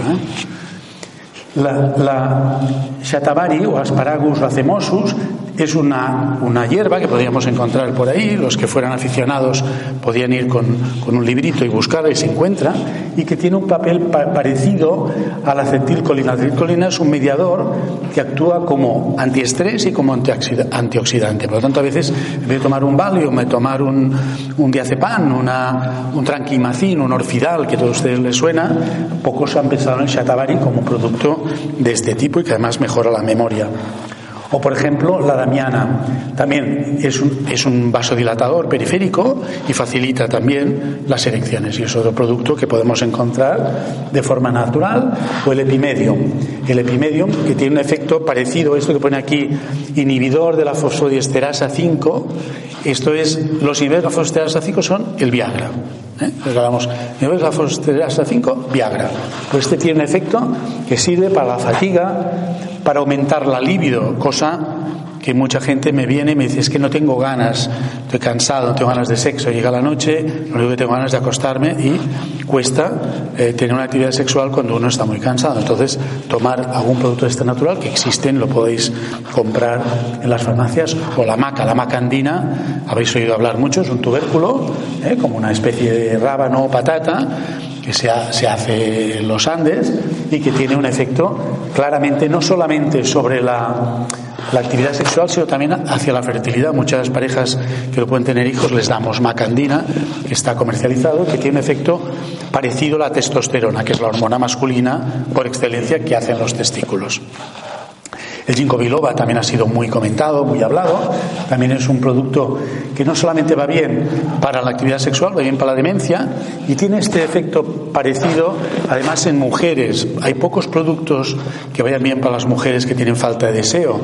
La shatavari o Asparagus racemosus es una hierba que podríamos encontrar por ahí. Los que fueran aficionados podían ir con un librito y buscarla y se encuentra, y que tiene un papel parecido a la acetilcolina. La acetilcolina es un mediador que actúa como antiestrés y como antioxidante. Por lo tanto, a veces en vez de tomar un Valium, me tomar un diazepam, un tranquimacin, un Orfidal, que a todos ustedes les suena, pocos han pensado en el shatavari como un producto de este tipo y que además mejora la memoria. O, por ejemplo, la damiana. También es un vasodilatador periférico y facilita también las erecciones. Y es otro producto que podemos encontrar de forma natural. O el epimedium. El epimedium, que tiene un efecto parecido a esto que pone aquí, inhibidor de la fosfodiesterasa 5. Esto es, los inhibidores de la fosfodiesterasa 5 son el Viagra. Hablamos de la fosfodiesterasa 5, Viagra. Pues este tiene un efecto que sirve para la fatiga, para aumentar la libido, cosa que mucha gente me viene y me dice: es que no tengo ganas, estoy cansado, no tengo ganas de sexo. Llega la noche, lo único que tengo ganas es de acostarme, y cuesta tener una actividad sexual cuando uno está muy cansado. Entonces, tomar algún producto de este natural, que existen, lo podéis comprar en las farmacias. O la maca andina, habéis oído hablar mucho, es un tubérculo, como una especie de rábano o patata, que se hace en los Andes y que tiene un efecto claramente no solamente sobre la actividad sexual, sino también hacia la fertilidad. Muchas parejas que no pueden tener hijos les damos macandina, que está comercializado, que tiene un efecto parecido a la testosterona, que es la hormona masculina por excelencia que hacen los testículos. El ginkgo biloba también ha sido muy comentado, muy hablado. También es un producto que no solamente va bien para la actividad sexual, va bien para la demencia, y tiene este efecto parecido además en mujeres. Hay pocos productos que vayan bien para las mujeres que tienen falta de deseo.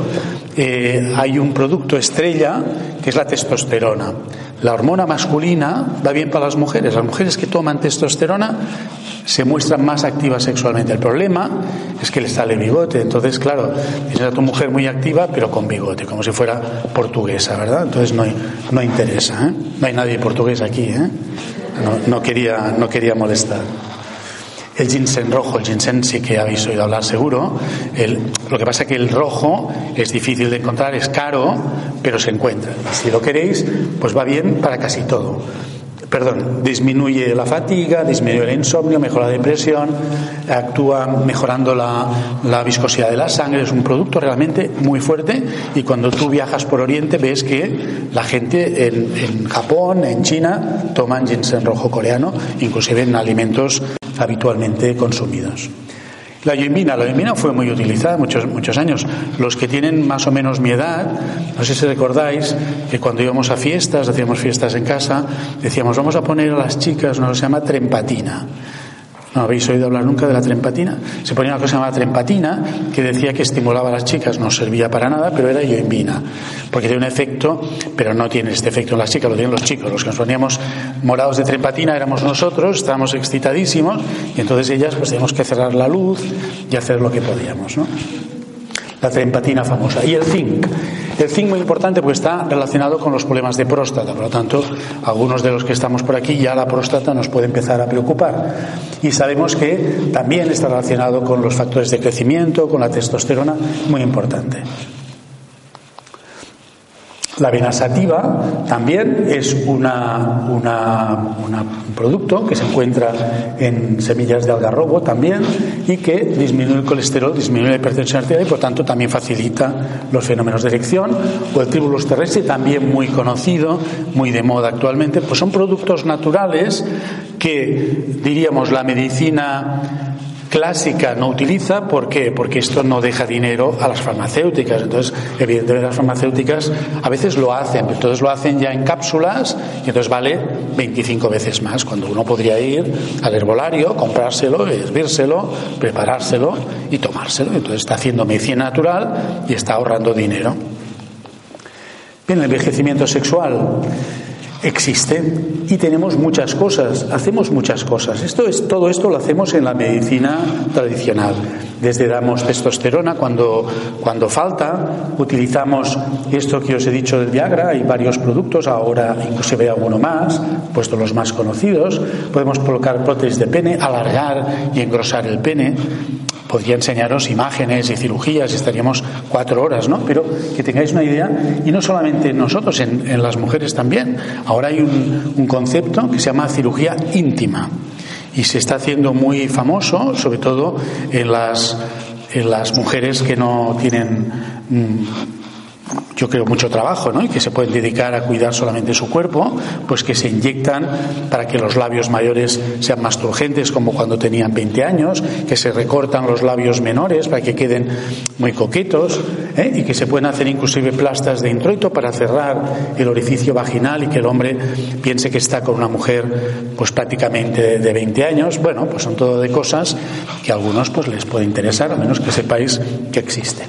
Hay un producto estrella que es la testosterona. La hormona masculina va bien para las mujeres. Las mujeres que toman testosterona se muestran más activas sexualmente. El problema es que les sale bigote. Entonces, claro, tienes a tu mujer muy activa pero con bigote, como si fuera portuguesa, ¿verdad? Entonces no interesa, ¿eh? No hay nadie portugués aquí, ¿eh? No quería molestar. El ginseng rojo, el ginseng sí que habéis oído hablar seguro. Lo que pasa es que el rojo es difícil de encontrar, es caro, pero se encuentra. Y si lo queréis, pues va bien para casi todo. Disminuye la fatiga, disminuye el insomnio, mejora la depresión, actúa mejorando la viscosidad de la sangre. Es un producto realmente muy fuerte, y cuando tú viajas por Oriente ves que la gente en Japón, en China, toman ginseng rojo coreano, inclusive en alimentos habitualmente consumidos. La yoimbina fue muy utilizada muchos años. Los que tienen más o menos mi edad, no sé si recordáis que cuando íbamos a fiestas, hacíamos fiestas en casa, decíamos: vamos a poner a las chicas una cosa que se llama trempatina. ¿No habéis oído hablar nunca de la trempatina? Se ponía una cosa llamada trempatina, que decía que estimulaba a las chicas, no servía para nada, pero era yoimbina, porque tiene un efecto, pero no tiene este efecto en las chicas, lo tienen los chicos. Los que nos poníamos morados de trempatina éramos nosotros, estábamos excitadísimos, y entonces ellas pues teníamos que cerrar la luz y hacer lo que podíamos, ¿no? La trempatina famosa. Y el zinc. El zinc muy importante porque está relacionado con los problemas de próstata. Por lo tanto, algunos de los que estamos por aquí, ya la próstata nos puede empezar a preocupar. Y sabemos que también está relacionado con los factores de crecimiento, con la testosterona, muy importante. La avena sativa también es un producto que se encuentra en semillas de algarrobo también y que disminuye el colesterol, disminuye la hipertensión arterial y por tanto también facilita los fenómenos de erección. O el tribulus terrestre, también muy conocido, muy de moda actualmente. Pues son productos naturales que, diríamos, la medicina clásica no utiliza. ¿Por qué? Porque esto no deja dinero a las farmacéuticas. Entonces, evidentemente las farmacéuticas a veces lo hacen, pero entonces lo hacen ya en cápsulas y entonces vale 25 veces más, cuando uno podría ir al herbolario, comprárselo, hervírselo, preparárselo y tomárselo. Entonces está haciendo medicina natural y está ahorrando dinero. Bien, el envejecimiento sexual existe y tenemos muchas cosas, hacemos muchas cosas. Todo esto lo hacemos en la medicina tradicional. Desde damos testosterona cuando falta, utilizamos esto que os he dicho del Viagra, hay varios productos, ahora inclusive alguno más, puesto los más conocidos. Podemos colocar prótesis de pene, alargar y engrosar el pene. Podría enseñaros imágenes y cirugías y estaríamos 4 horas, ¿no? Pero que tengáis una idea, y no solamente nosotros, en las mujeres también. Ahora hay un concepto que se llama cirugía íntima y se está haciendo muy famoso, sobre todo en las mujeres que no tienen, yo creo, mucho trabajo, ¿no? Y que se pueden dedicar a cuidar solamente su cuerpo, pues que se inyectan para que los labios mayores sean más turgentes, como cuando tenían 20 años, que se recortan los labios menores para que queden muy coquetos, y que se pueden hacer inclusive plastas de introito para cerrar el orificio vaginal y que el hombre piense que está con una mujer pues prácticamente de 20 años. Bueno, pues son todo de cosas que a algunos pues les puede interesar, a menos que sepáis que existen.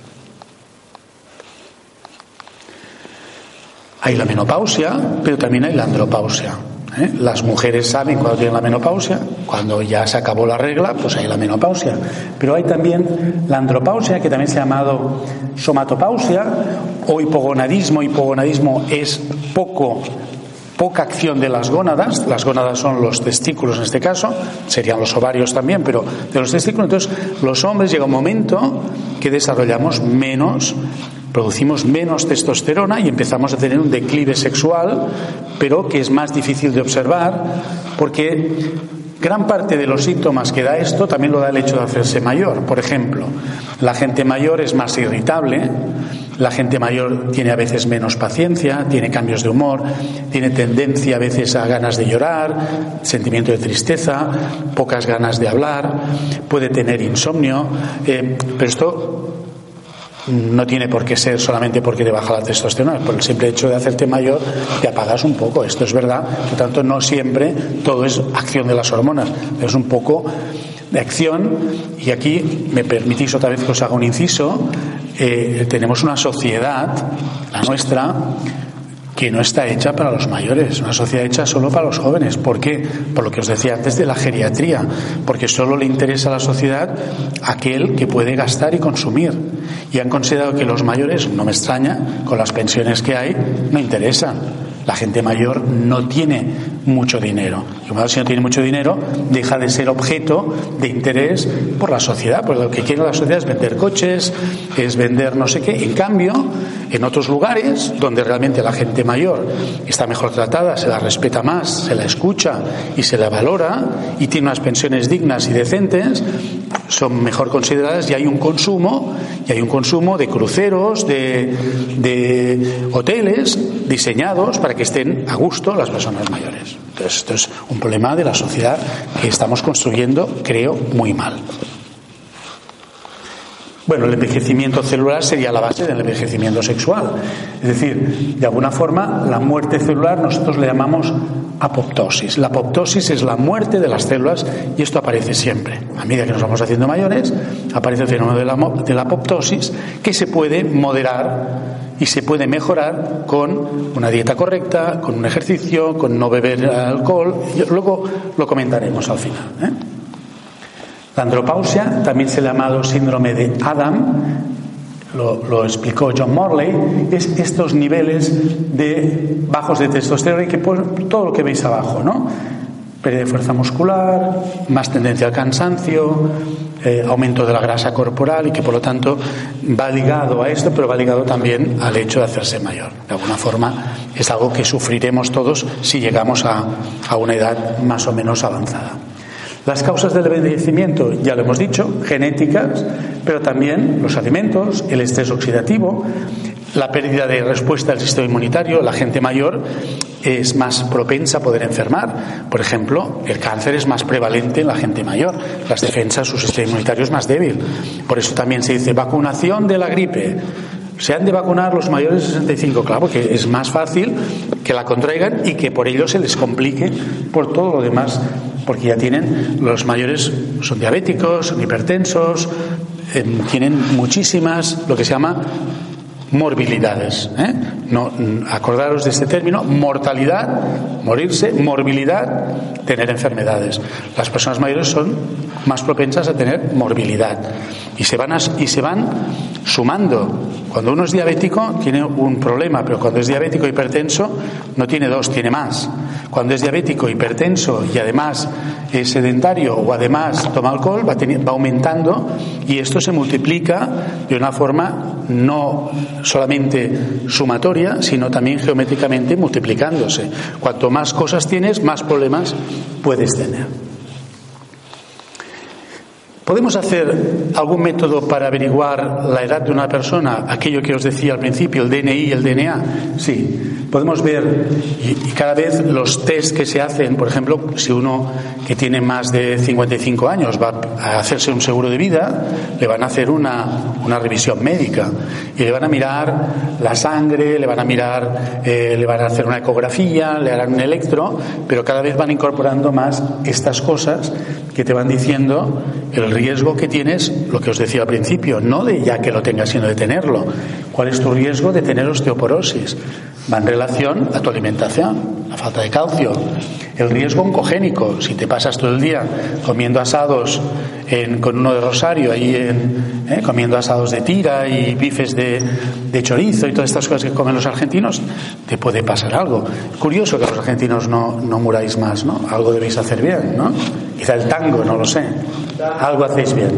Hay la menopausia, pero también hay la andropausia. Las mujeres saben cuando tienen la menopausia, cuando ya se acabó la regla, pues hay la menopausia. Pero hay también la andropausia, que también se ha llamado somatopausia, o hipogonadismo. Hipogonadismo es poca acción de las gónadas. Las gónadas son los testículos en este caso, serían los ovarios también, pero de los testículos. Entonces, los hombres llega un momento que producimos menos testosterona y empezamos a tener un declive sexual, pero que es más difícil de observar porque gran parte de los síntomas que da esto también lo da el hecho de hacerse mayor. Por ejemplo, la gente mayor es más irritable, la gente mayor tiene a veces menos paciencia, tiene cambios de humor, tiene tendencia a veces a ganas de llorar, sentimiento de tristeza, pocas ganas de hablar, puede tener insomnio, pero esto no tiene por qué ser solamente porque te baja la testosterona. Por el simple hecho de hacerte mayor te apagas un poco. Esto es verdad. Por tanto, no siempre todo es acción de las hormonas, pero es un poco de acción. Y aquí me permitís otra vez que os haga un inciso. Tenemos una sociedad, la nuestra, que no está hecha para los mayores, una sociedad hecha solo para los jóvenes. ¿Por qué? Por lo que os decía antes de la geriatría, porque solo le interesa a la sociedad aquel que puede gastar y consumir, y han considerado que los mayores, no me extraña, con las pensiones que hay, no interesan. La gente mayor no tiene mucho dinero. Y como si no tiene mucho dinero, deja de ser objeto de interés por la sociedad. Porque lo que quiere la sociedad es vender coches, es vender no sé qué. En cambio, en otros lugares donde realmente la gente mayor está mejor tratada, se la respeta más, se la escucha y se la valora y tiene unas pensiones dignas y decentes, son mejor consideradas, y hay un consumo de cruceros, de hoteles diseñados para que estén a gusto las personas mayores. Entonces, esto es un problema de la sociedad que estamos construyendo, creo, muy mal. Bueno, el envejecimiento celular sería la base del envejecimiento sexual. Es decir, de alguna forma, la muerte celular nosotros le llamamos apoptosis. La apoptosis es la muerte de las células y esto aparece siempre. A medida que nos vamos haciendo mayores, aparece el fenómeno de la apoptosis, que se puede moderar y se puede mejorar con una dieta correcta, con un ejercicio, con no beber alcohol. Luego lo comentaremos al final, La andropausia, también se le ha llamado síndrome de Adam, lo explicó John Morley, es estos niveles de bajos de testosterona y que todo lo que veis abajo, ¿no? pérdida de fuerza muscular, más tendencia al cansancio, aumento de la grasa corporal, y que por lo tanto va ligado a esto, pero va ligado también al hecho de hacerse mayor. De alguna forma es algo que sufriremos todos si llegamos a una edad más o menos avanzada. Las causas del envejecimiento, ya lo hemos dicho, genéticas, pero también los alimentos, el estrés oxidativo, la pérdida de respuesta del sistema inmunitario. La gente mayor es más propensa a poder enfermar. Por ejemplo, el cáncer es más prevalente en la gente mayor. Las defensas, su sistema inmunitario es más débil. Por eso también se dice vacunación de la gripe. Se han de vacunar los mayores de 65, claro, porque es más fácil que la contraigan y que por ello se les complique por todo lo demás, porque ya tienen, los mayores son diabéticos, son hipertensos, tienen muchísimas, lo que se llama morbilidades, No, acordaros de este término: mortalidad, morirse; morbilidad, tener enfermedades. Las personas mayores son más propensas a tener morbilidad y se van sumando. Cuando uno es diabético tiene un problema, pero cuando es diabético hipertenso no tiene dos, tiene más. Cuando es diabético hipertenso y además es sedentario o además toma alcohol, va aumentando, y esto se multiplica de una forma no solamente sumatoria, sino también geométricamente multiplicándose. Cuanto más cosas tienes, más problemas puedes tener. ¿Podemos hacer algún método para averiguar la edad de una persona? Aquello que os decía al principio, el DNI y el DNA. Sí, podemos ver, y cada vez los test que se hacen, por ejemplo, si uno que tiene más de 55 años va a hacerse un seguro de vida, le van a hacer una revisión médica y le van a mirar la sangre, le van a hacer una ecografía, le harán un electro, pero cada vez van incorporando más estas cosas que te van diciendo el riesgo que tienes, lo que os decía al principio, no de ya que lo tengas, sino de tenerlo. ¿Cuál es tu riesgo de tener osteoporosis? Va en relación a tu alimentación, la falta de calcio. El riesgo oncogénico, si te pasas todo el día comiendo asados con uno de Rosario, comiendo asados de tira y bifes de chorizo y todas estas cosas que comen los argentinos, te puede pasar algo. Curioso que los argentinos no muráis más, ¿no? Algo debéis hacer bien, ¿no? Quizá el tango, no lo sé. Algo hacéis bien.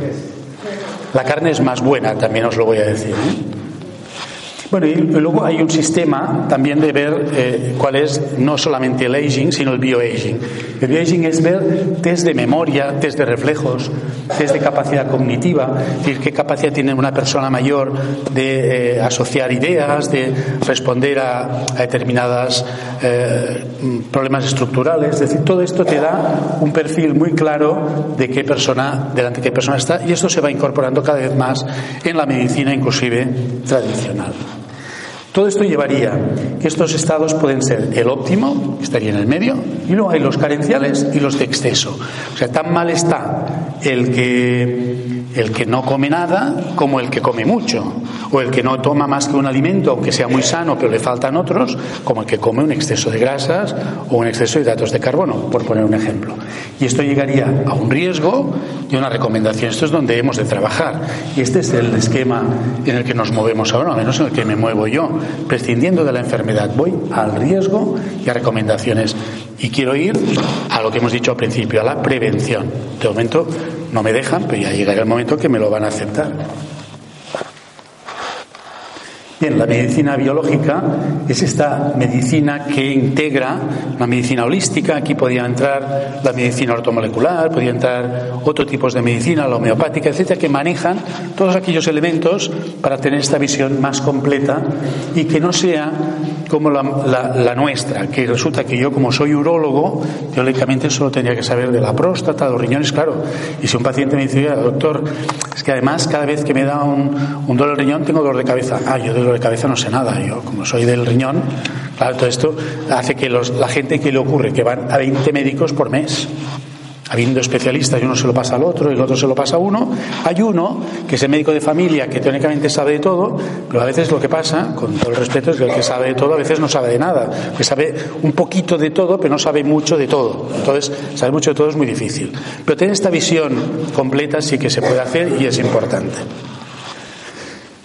La carne es más buena, también os lo voy a decir, Bueno, y luego hay un sistema también de ver cuál es no solamente el aging, sino el bioaging. El bioaging es ver test de memoria, test de reflejos, test de capacidad cognitiva, es decir, qué capacidad tiene una persona mayor de asociar ideas, de responder a determinadas problemas estructurales. Es decir, todo esto te da un perfil muy claro de delante de qué persona está, y esto se va incorporando cada vez más en la medicina, inclusive tradicional. Todo esto llevaría que estos estados pueden ser el óptimo, que estaría en el medio, y luego hay los carenciales y los de exceso. O sea, tan mal está el que no come nada como el que come mucho, o el que no toma más que un alimento, aunque sea muy sano, pero le faltan otros, como el que come un exceso de grasas o un exceso de hidratos de carbono, por poner un ejemplo. Y esto llegaría a un riesgo y una recomendación. Esto es donde hemos de trabajar. Y este es el esquema en el que nos movemos ahora, al menos en el que me muevo yo. Prescindiendo de la enfermedad, voy al riesgo y a recomendaciones. Y quiero ir a lo que hemos dicho al principio, a la prevención. De momento no me dejan, pero ya llegará el momento que me lo van a aceptar. Bien, la medicina biológica es esta medicina que integra la medicina holística. Aquí podía entrar la medicina ortomolecular, podía entrar otros tipos de medicina, la homeopática, etcétera, que manejan todos aquellos elementos para tener esta visión más completa y que no sea como la nuestra, que resulta que yo, como soy urólogo, teóricamente solo tendría que saber de la próstata, de los riñones, claro. Y si un paciente me dice, doctor, es que además cada vez que me da un dolor de riñón tengo dolor de cabeza. Yo de dolor de cabeza no sé nada. Yo, como soy del riñón, claro, todo esto hace que la gente, que le ocurre, que van a 20 médicos por mes. Habiendo especialistas, y uno se lo pasa al otro y el otro se lo pasa a uno. Hay uno que es el médico de familia, que teóricamente sabe de todo, pero a veces lo que pasa, con todo el respeto, es que el que sabe de todo a veces no sabe de nada, que sabe un poquito de todo pero no sabe mucho de todo. Entonces, saber mucho de todo es muy difícil, pero tener esta visión completa sí que se puede hacer y es importante.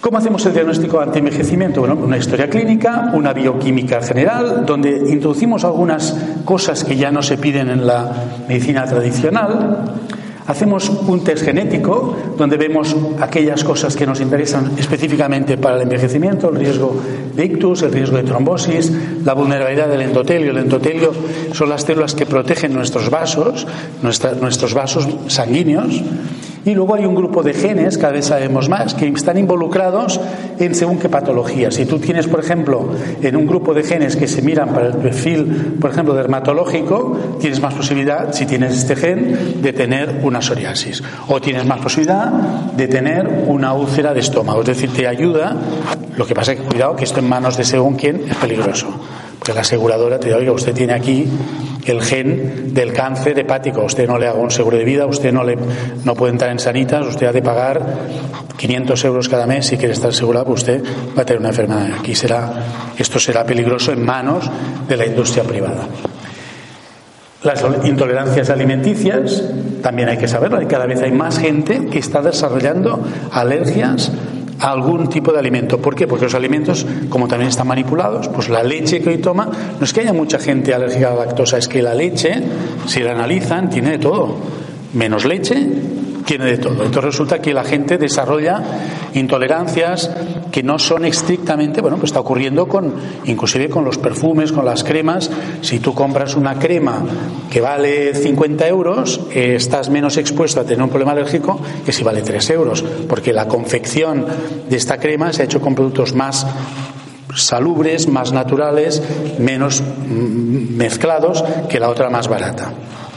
¿Cómo hacemos el diagnóstico anti-envejecimiento? Bueno, una historia clínica, una bioquímica general, donde introducimos algunas cosas que ya no se piden en la medicina tradicional. Hacemos un test genético donde vemos aquellas cosas que nos interesan específicamente para el envejecimiento, el riesgo de ictus, el riesgo de trombosis, la vulnerabilidad del endotelio. El endotelio son las células que protegen nuestros vasos sanguíneos. Y luego hay un grupo de genes, cada vez sabemos más, que están involucrados en según qué patologías. Si tú tienes, por ejemplo, en un grupo de genes que se miran para el perfil, por ejemplo, dermatológico, tienes más posibilidad, si tienes este gen, de tener una psoriasis. O tienes más posibilidad de tener una úlcera de estómago. Es decir, te ayuda. Lo que pasa es que, cuidado, que esto en manos de según quién es peligroso. Porque la aseguradora te dice, oiga, usted tiene aquí el gen del cáncer hepático, usted no le haga un seguro de vida, usted no puede entrar en Sanitas, usted ha de pagar 500 euros cada mes si quiere estar asegurado, pues usted va a tener una enfermedad. Esto será peligroso en manos de la industria privada. Las intolerancias alimenticias también hay que saberlo, y cada vez hay más gente que está desarrollando alergias a algún tipo de alimento. ¿Por qué? Porque los alimentos, como también están manipulados, pues la leche que hoy toma, no es que haya mucha gente alérgica a la lactosa, es que la leche, si la analizan, tiene de todo. Menos leche, tiene de todo. Entonces resulta que la gente desarrolla intolerancias que no son estrictamente, pues está ocurriendo inclusive con los perfumes, con las cremas. Si tú compras una crema que vale 50 euros, estás menos expuesto a tener un problema alérgico que si vale 3 euros, porque la confección de esta crema se ha hecho con productos más salubres, más naturales, menos mezclados que la otra más barata.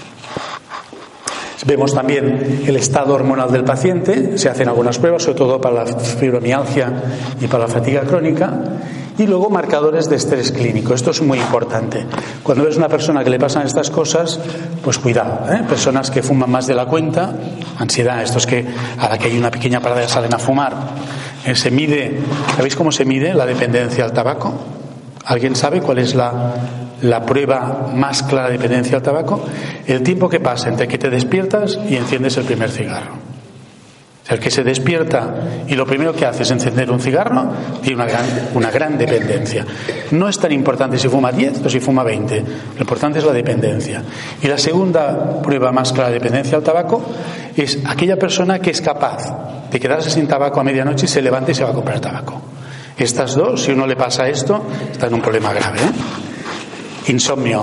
Vemos también el estado hormonal del paciente, se hacen algunas pruebas, sobre todo para la fibromialgia y para la fatiga crónica, y luego marcadores de estrés clínico. Esto es muy importante. Cuando ves una persona que le pasan estas cosas, pues cuidado, Personas que fuman más de la cuenta, ansiedad, estos que a la que hay una pequeña parada salen a fumar. Se mide, ¿sabéis cómo se mide la dependencia al tabaco? ¿Alguien sabe cuál es la prueba más clara de dependencia al tabaco? El tiempo que pasa entre que te despiertas y enciendes el primer cigarro. O sea, el que se despierta y lo primero que hace es encender un cigarro tiene una gran dependencia. No es tan importante si fuma 10 o si fuma 20. Lo importante es la dependencia. Y la segunda prueba más clara de dependencia al tabaco es aquella persona que es capaz de quedarse sin tabaco a medianoche y se levanta y se va a comprar tabaco. Estas dos, si uno le pasa esto, está en un problema grave. Insomnio.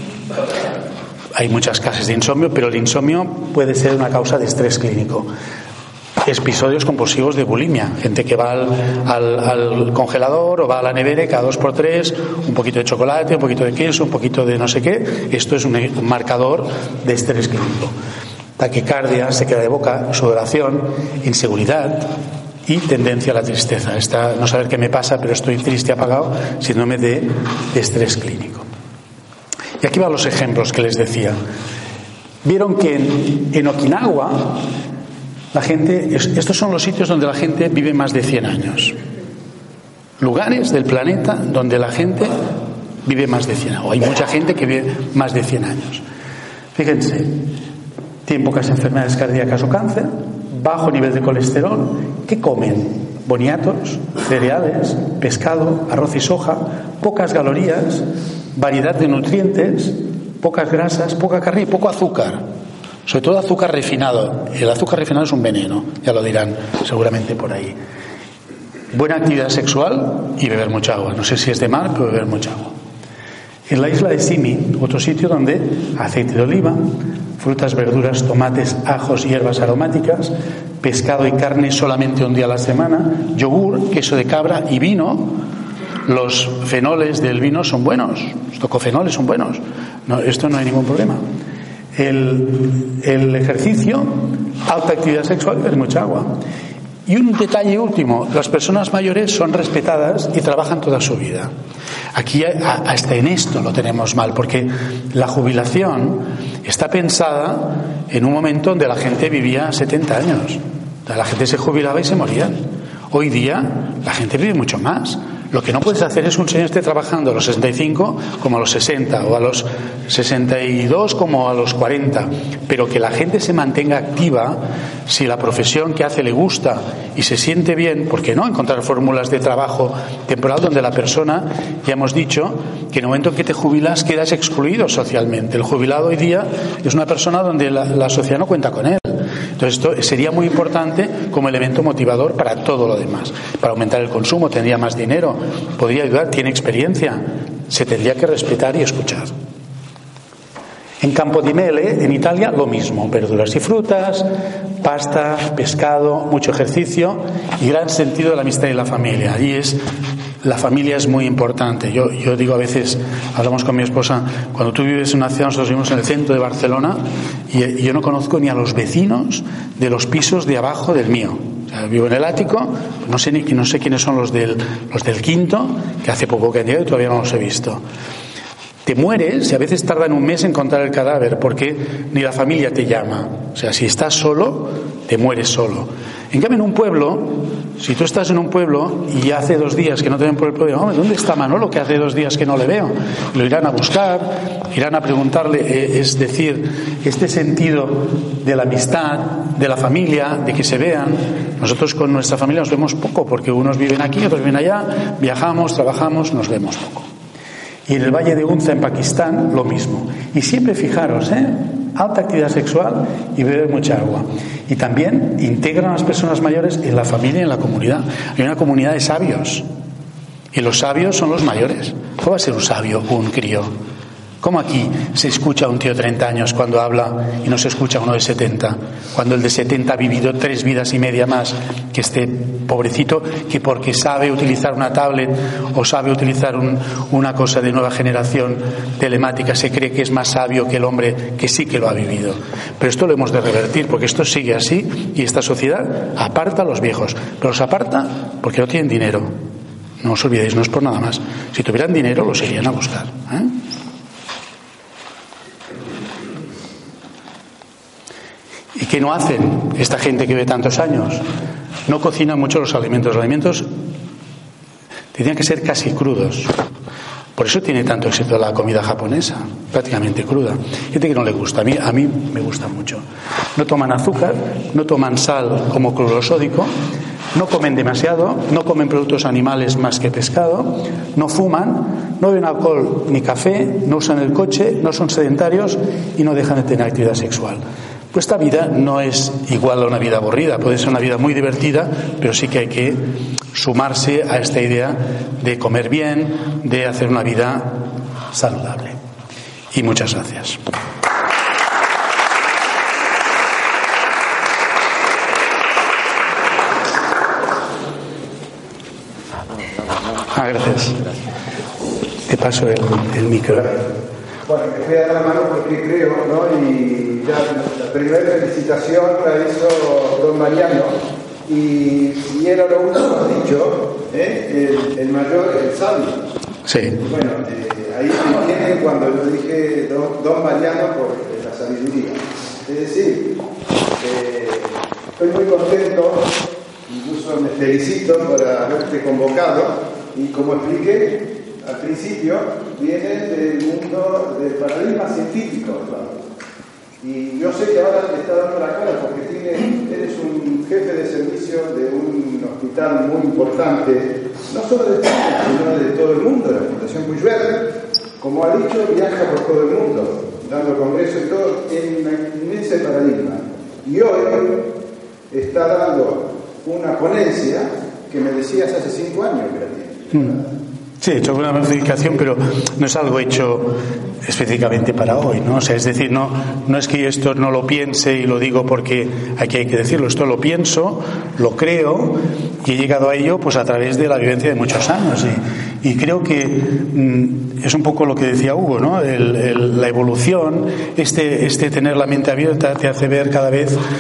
Hay muchas casos de insomnio, pero el insomnio puede ser una causa de estrés clínico. Episodios compulsivos de bulimia, gente que va al congelador o va a la nevera y cada 2x3 un poquito de chocolate, un poquito de queso, un poquito de no sé qué. Esto es un marcador de estrés clínico. Taquicardia, sequedad de boca, sudoración, inseguridad y tendencia a la tristeza. No saber qué me pasa, pero estoy triste, apagado, síndrome de estrés clínico. Y aquí van los ejemplos que les decía. Vieron que en Okinawa la gente, estos son los sitios donde la gente vive más de 100 años. Lugares del planeta donde la gente vive más de 100 años. O hay mucha gente que vive más de 100 años. Fíjense, tienen pocas enfermedades cardíacas o cáncer, bajo nivel de colesterol. ¿Qué comen? Boniatos, cereales, pescado, arroz y soja, pocas calorías, variedad de nutrientes, pocas grasas, poca carne y poco azúcar. Sobre todo azúcar refinado. El azúcar refinado es un veneno, ya lo dirán seguramente por ahí. Buena actividad sexual y beber mucha agua. No sé si es de mar, pero beber mucha agua. En la isla de Simi, otro sitio donde aceite de oliva, frutas, verduras, tomates, ajos, hierbas aromáticas, pescado y carne solamente un día a la semana, yogur, queso de cabra y vino. Los fenoles del vino son buenos, los tocofenoles son buenos. No, esto no hay ningún problema. El ejercicio, alta actividad sexual y beber mucha agua. Y un detalle último, las personas mayores son respetadas y trabajan toda su vida. Aquí hasta en esto lo tenemos mal, porque la jubilación está pensada en un momento donde la gente vivía 70 años. La gente se jubilaba y se moría. Hoy día la gente vive mucho más. Lo que no puedes hacer es un señor esté trabajando a los 65 como a los 60 o a los 62 como a los 40, pero que la gente se mantenga activa si la profesión que hace le gusta y se siente bien. ¿Por qué no encontrar fórmulas de trabajo temporal donde la persona, ya hemos dicho, que en el momento en que te jubilas quedas excluido socialmente? El jubilado hoy día es una persona donde la sociedad no cuenta con él. Entonces esto sería muy importante como elemento motivador para todo lo demás. Para aumentar el consumo, tendría más dinero, podría ayudar, tiene experiencia, se tendría que respetar y escuchar. En Campodimele, en Italia, lo mismo, verduras y frutas, pasta, pescado, mucho ejercicio y gran sentido de la amistad y la familia. La familia es muy importante. Yo digo a veces, hablamos con mi esposa, cuando tú vives en una ciudad, nosotros vivimos en el centro de Barcelona y yo no conozco ni a los vecinos de los pisos de abajo del mío. O sea, vivo en el ático, no sé quiénes son los del quinto, que hace poco que han llegado y todavía no los he visto. Te mueres y a veces tardan un mes en encontrar el cadáver porque ni la familia te llama. O sea, si estás solo, te mueres solo. En cambio, en un pueblo, si tú estás en un pueblo y ya hace 2 días que no te ven por el pueblo, hombre, ¿dónde está Manolo que hace 2 días que no le veo? Lo irán a buscar, irán a preguntarle, es decir, este sentido de la amistad, de la familia, de que se vean. Nosotros con nuestra familia nos vemos poco porque unos viven aquí, otros viven allá, viajamos, trabajamos, nos vemos poco. Y en el Valle de Unza, en Pakistán, lo mismo. Y siempre fijaros, alta actividad sexual y beber mucha agua. Y también integran a las personas mayores en la familia y en la comunidad. Hay una comunidad de sabios. Y los sabios son los mayores. ¿Cómo va a ser un sabio un crío? ¿Cómo aquí se escucha a un tío de 30 años cuando habla y no se escucha a uno de 70? Cuando el de 70 ha vivido 3 vidas y media más que este pobrecito, que porque sabe utilizar una tablet o sabe utilizar una cosa de nueva generación telemática se cree que es más sabio que el hombre que sí que lo ha vivido. Pero esto lo hemos de revertir porque esto sigue así y esta sociedad aparta a los viejos, pero los aparta porque no tienen dinero. No os olvidéis, no es por nada más. Si tuvieran dinero los irían a buscar, ¿Y qué no hacen esta gente que vive tantos años? No cocinan mucho los alimentos. Los alimentos tendrían que ser casi crudos. Por eso tiene tanto éxito la comida japonesa, prácticamente cruda. Gente que no le gusta. A mí me gusta mucho. No toman azúcar, no toman sal como cloruro sódico, no comen demasiado, no comen productos animales más que pescado, no fuman, no beben alcohol ni café, no usan el coche, no son sedentarios y no dejan de tener actividad sexual. Pues esta vida no es igual a una vida aburrida, puede ser una vida muy divertida, pero sí que hay que sumarse a esta idea de comer bien, de hacer una vida saludable. Y muchas gracias. Gracias. Te paso el micro. Bueno, me voy a dar la mano porque creo, ¿no? Y ya la primera felicitación la hizo don Mariano y era lo último que has dicho, el mayor, el sabio. Sí. Bueno, ahí me tienen cuando yo dije don Mariano por la sabiduría. Es decir, estoy muy contento, incluso me felicito por haberte convocado y como expliqué al principio, viene del mundo del paradigma científico, claro. Y yo sé que ahora te está dando la cara porque eres un jefe de servicio de un hospital muy importante, no solo de España, sino de todo el mundo, de la Fundación Puig Verde. Como ha dicho, viaja por todo el mundo, dando congresos y todo en ese paradigma. Y hoy está dando una ponencia que me decías hace 5 años que la tienes. Sí, he hecho una modificación, pero no es algo hecho específicamente para hoy, ¿no? O sea, es decir, no es que yo esto no lo piense y lo digo porque aquí hay que decirlo, esto lo pienso, lo creo y he llegado a ello pues a través de la vivencia de muchos años y creo que es un poco lo que decía Hugo, ¿no? La evolución, este tener la mente abierta te hace ver cada vez,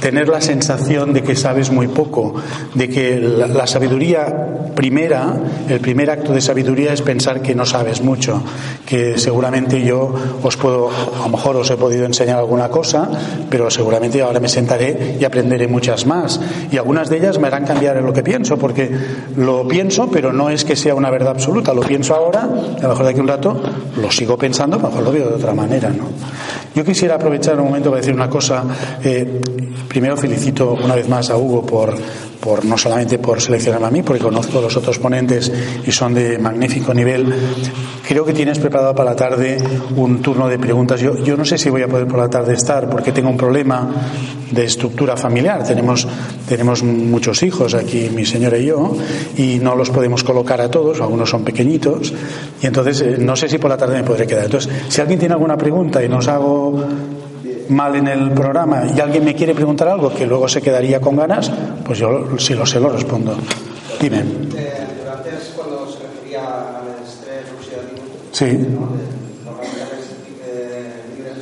tener la sensación de que sabes muy poco, de que la sabiduría primera, el primer acto de sabiduría es pensar que no sabes mucho, que seguramente yo a lo mejor os he podido enseñar alguna cosa, pero seguramente ahora me sentaré y aprenderé muchas más, y algunas de ellas me harán cambiar en lo que pienso, porque lo pienso, pero no es que sea una verdad absoluta, lo pienso ahora, y a lo mejor de aquí a un rato lo sigo pensando, a lo mejor lo veo de otra manera, ¿no? Yo quisiera aprovechar un momento para decir una cosa. Primero felicito una vez más a Hugo por no solamente por seleccionarme a mí, porque conozco a los otros ponentes y son de magnífico nivel. Creo que tienes preparado para la tarde un turno de preguntas. Yo no sé si voy a poder por la tarde estar, porque tengo un problema de estructura familiar. Tenemos muchos hijos aquí, mi señora y yo, y no los podemos colocar a todos, algunos son pequeñitos, y entonces no sé si por la tarde me podré quedar. Entonces, si alguien tiene alguna pregunta y nos hago mal en el programa y alguien me quiere preguntar algo que luego se quedaría con ganas, pues yo si lo sé lo respondo. Dime. Antes, cuando se refería al estrés oxidativo, sí, ¿no? De los radicales libres,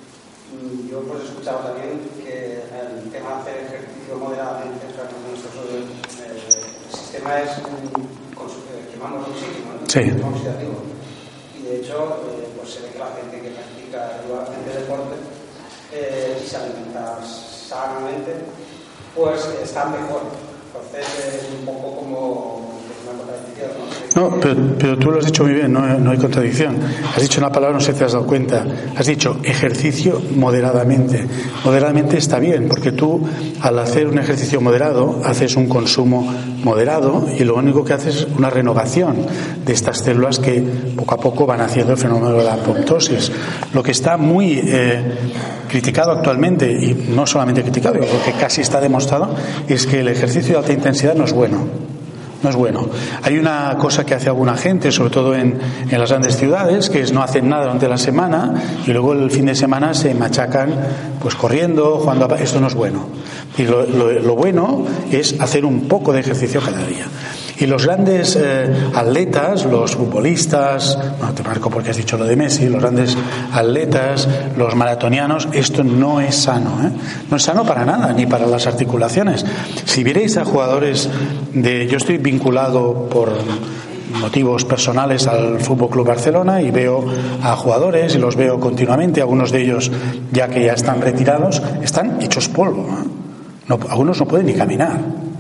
yo pues escuchaba también que el tema de hacer ejercicio moderadamente, o sea, que nuestro sistema es quemamos oxígeno, ¿no? Sí. El sistema oxidativo. Y de hecho, pues se ve que la gente que practica regularmente deporte y se alimenta sanamente, pues está mejor. Entonces es un poco como una contradicción, ¿no? No, pero tú lo has dicho muy bien, no hay contradicción. Has dicho una palabra, no sé si te has dado cuenta. Has dicho ejercicio moderadamente. Moderadamente está bien, porque tú al hacer un ejercicio moderado haces un consumo moderado y lo único que haces es una renovación de estas células que poco a poco van haciendo el fenómeno de la apoptosis. Lo que está muy criticado actualmente, y no solamente criticado, yo creo que casi está demostrado, es que el ejercicio de alta intensidad no es bueno. No es bueno. Hay una cosa que hace alguna gente, sobre todo en las grandes ciudades, que es no hacen nada durante la semana y luego el fin de semana se machacan pues corriendo, jugando a... Esto no es bueno. Y lo bueno es hacer un poco de ejercicio cada día. Y los grandes atletas, los futbolistas, no te marco porque has dicho lo de Messi, los grandes atletas, los maratonianos, esto no es sano, ¿eh? No es sano para nada, ni para las articulaciones. Si vierais a jugadores yo estoy vinculado por motivos personales al Fútbol Club Barcelona y veo a jugadores y los veo continuamente, algunos de ellos ya que ya están retirados, están hechos polvo, ¿eh? No, algunos no pueden ni caminar,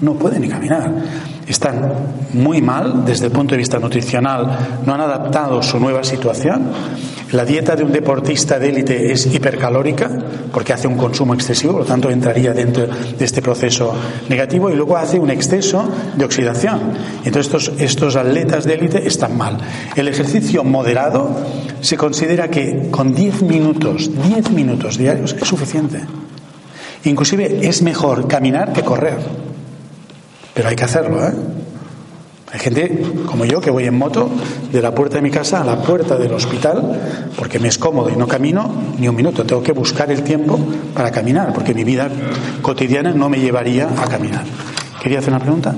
están muy mal desde el punto de vista nutricional, no han adaptado su nueva situación. La dieta de un deportista de élite es hipercalórica porque hace un consumo excesivo, por lo tanto entraría dentro de este proceso negativo, y luego hace un exceso de oxidación. Entonces estos atletas de élite están mal. El ejercicio moderado se considera que con 10 minutos diarios es suficiente. Inclusive es mejor caminar que correr, pero hay que hacerlo, ¿eh? Hay gente como yo que voy en moto de la puerta de mi casa a la puerta del hospital porque me es cómodo y no camino ni un minuto. Tengo que buscar el tiempo para caminar porque mi vida cotidiana no me llevaría a caminar. ¿Quería hacer una pregunta?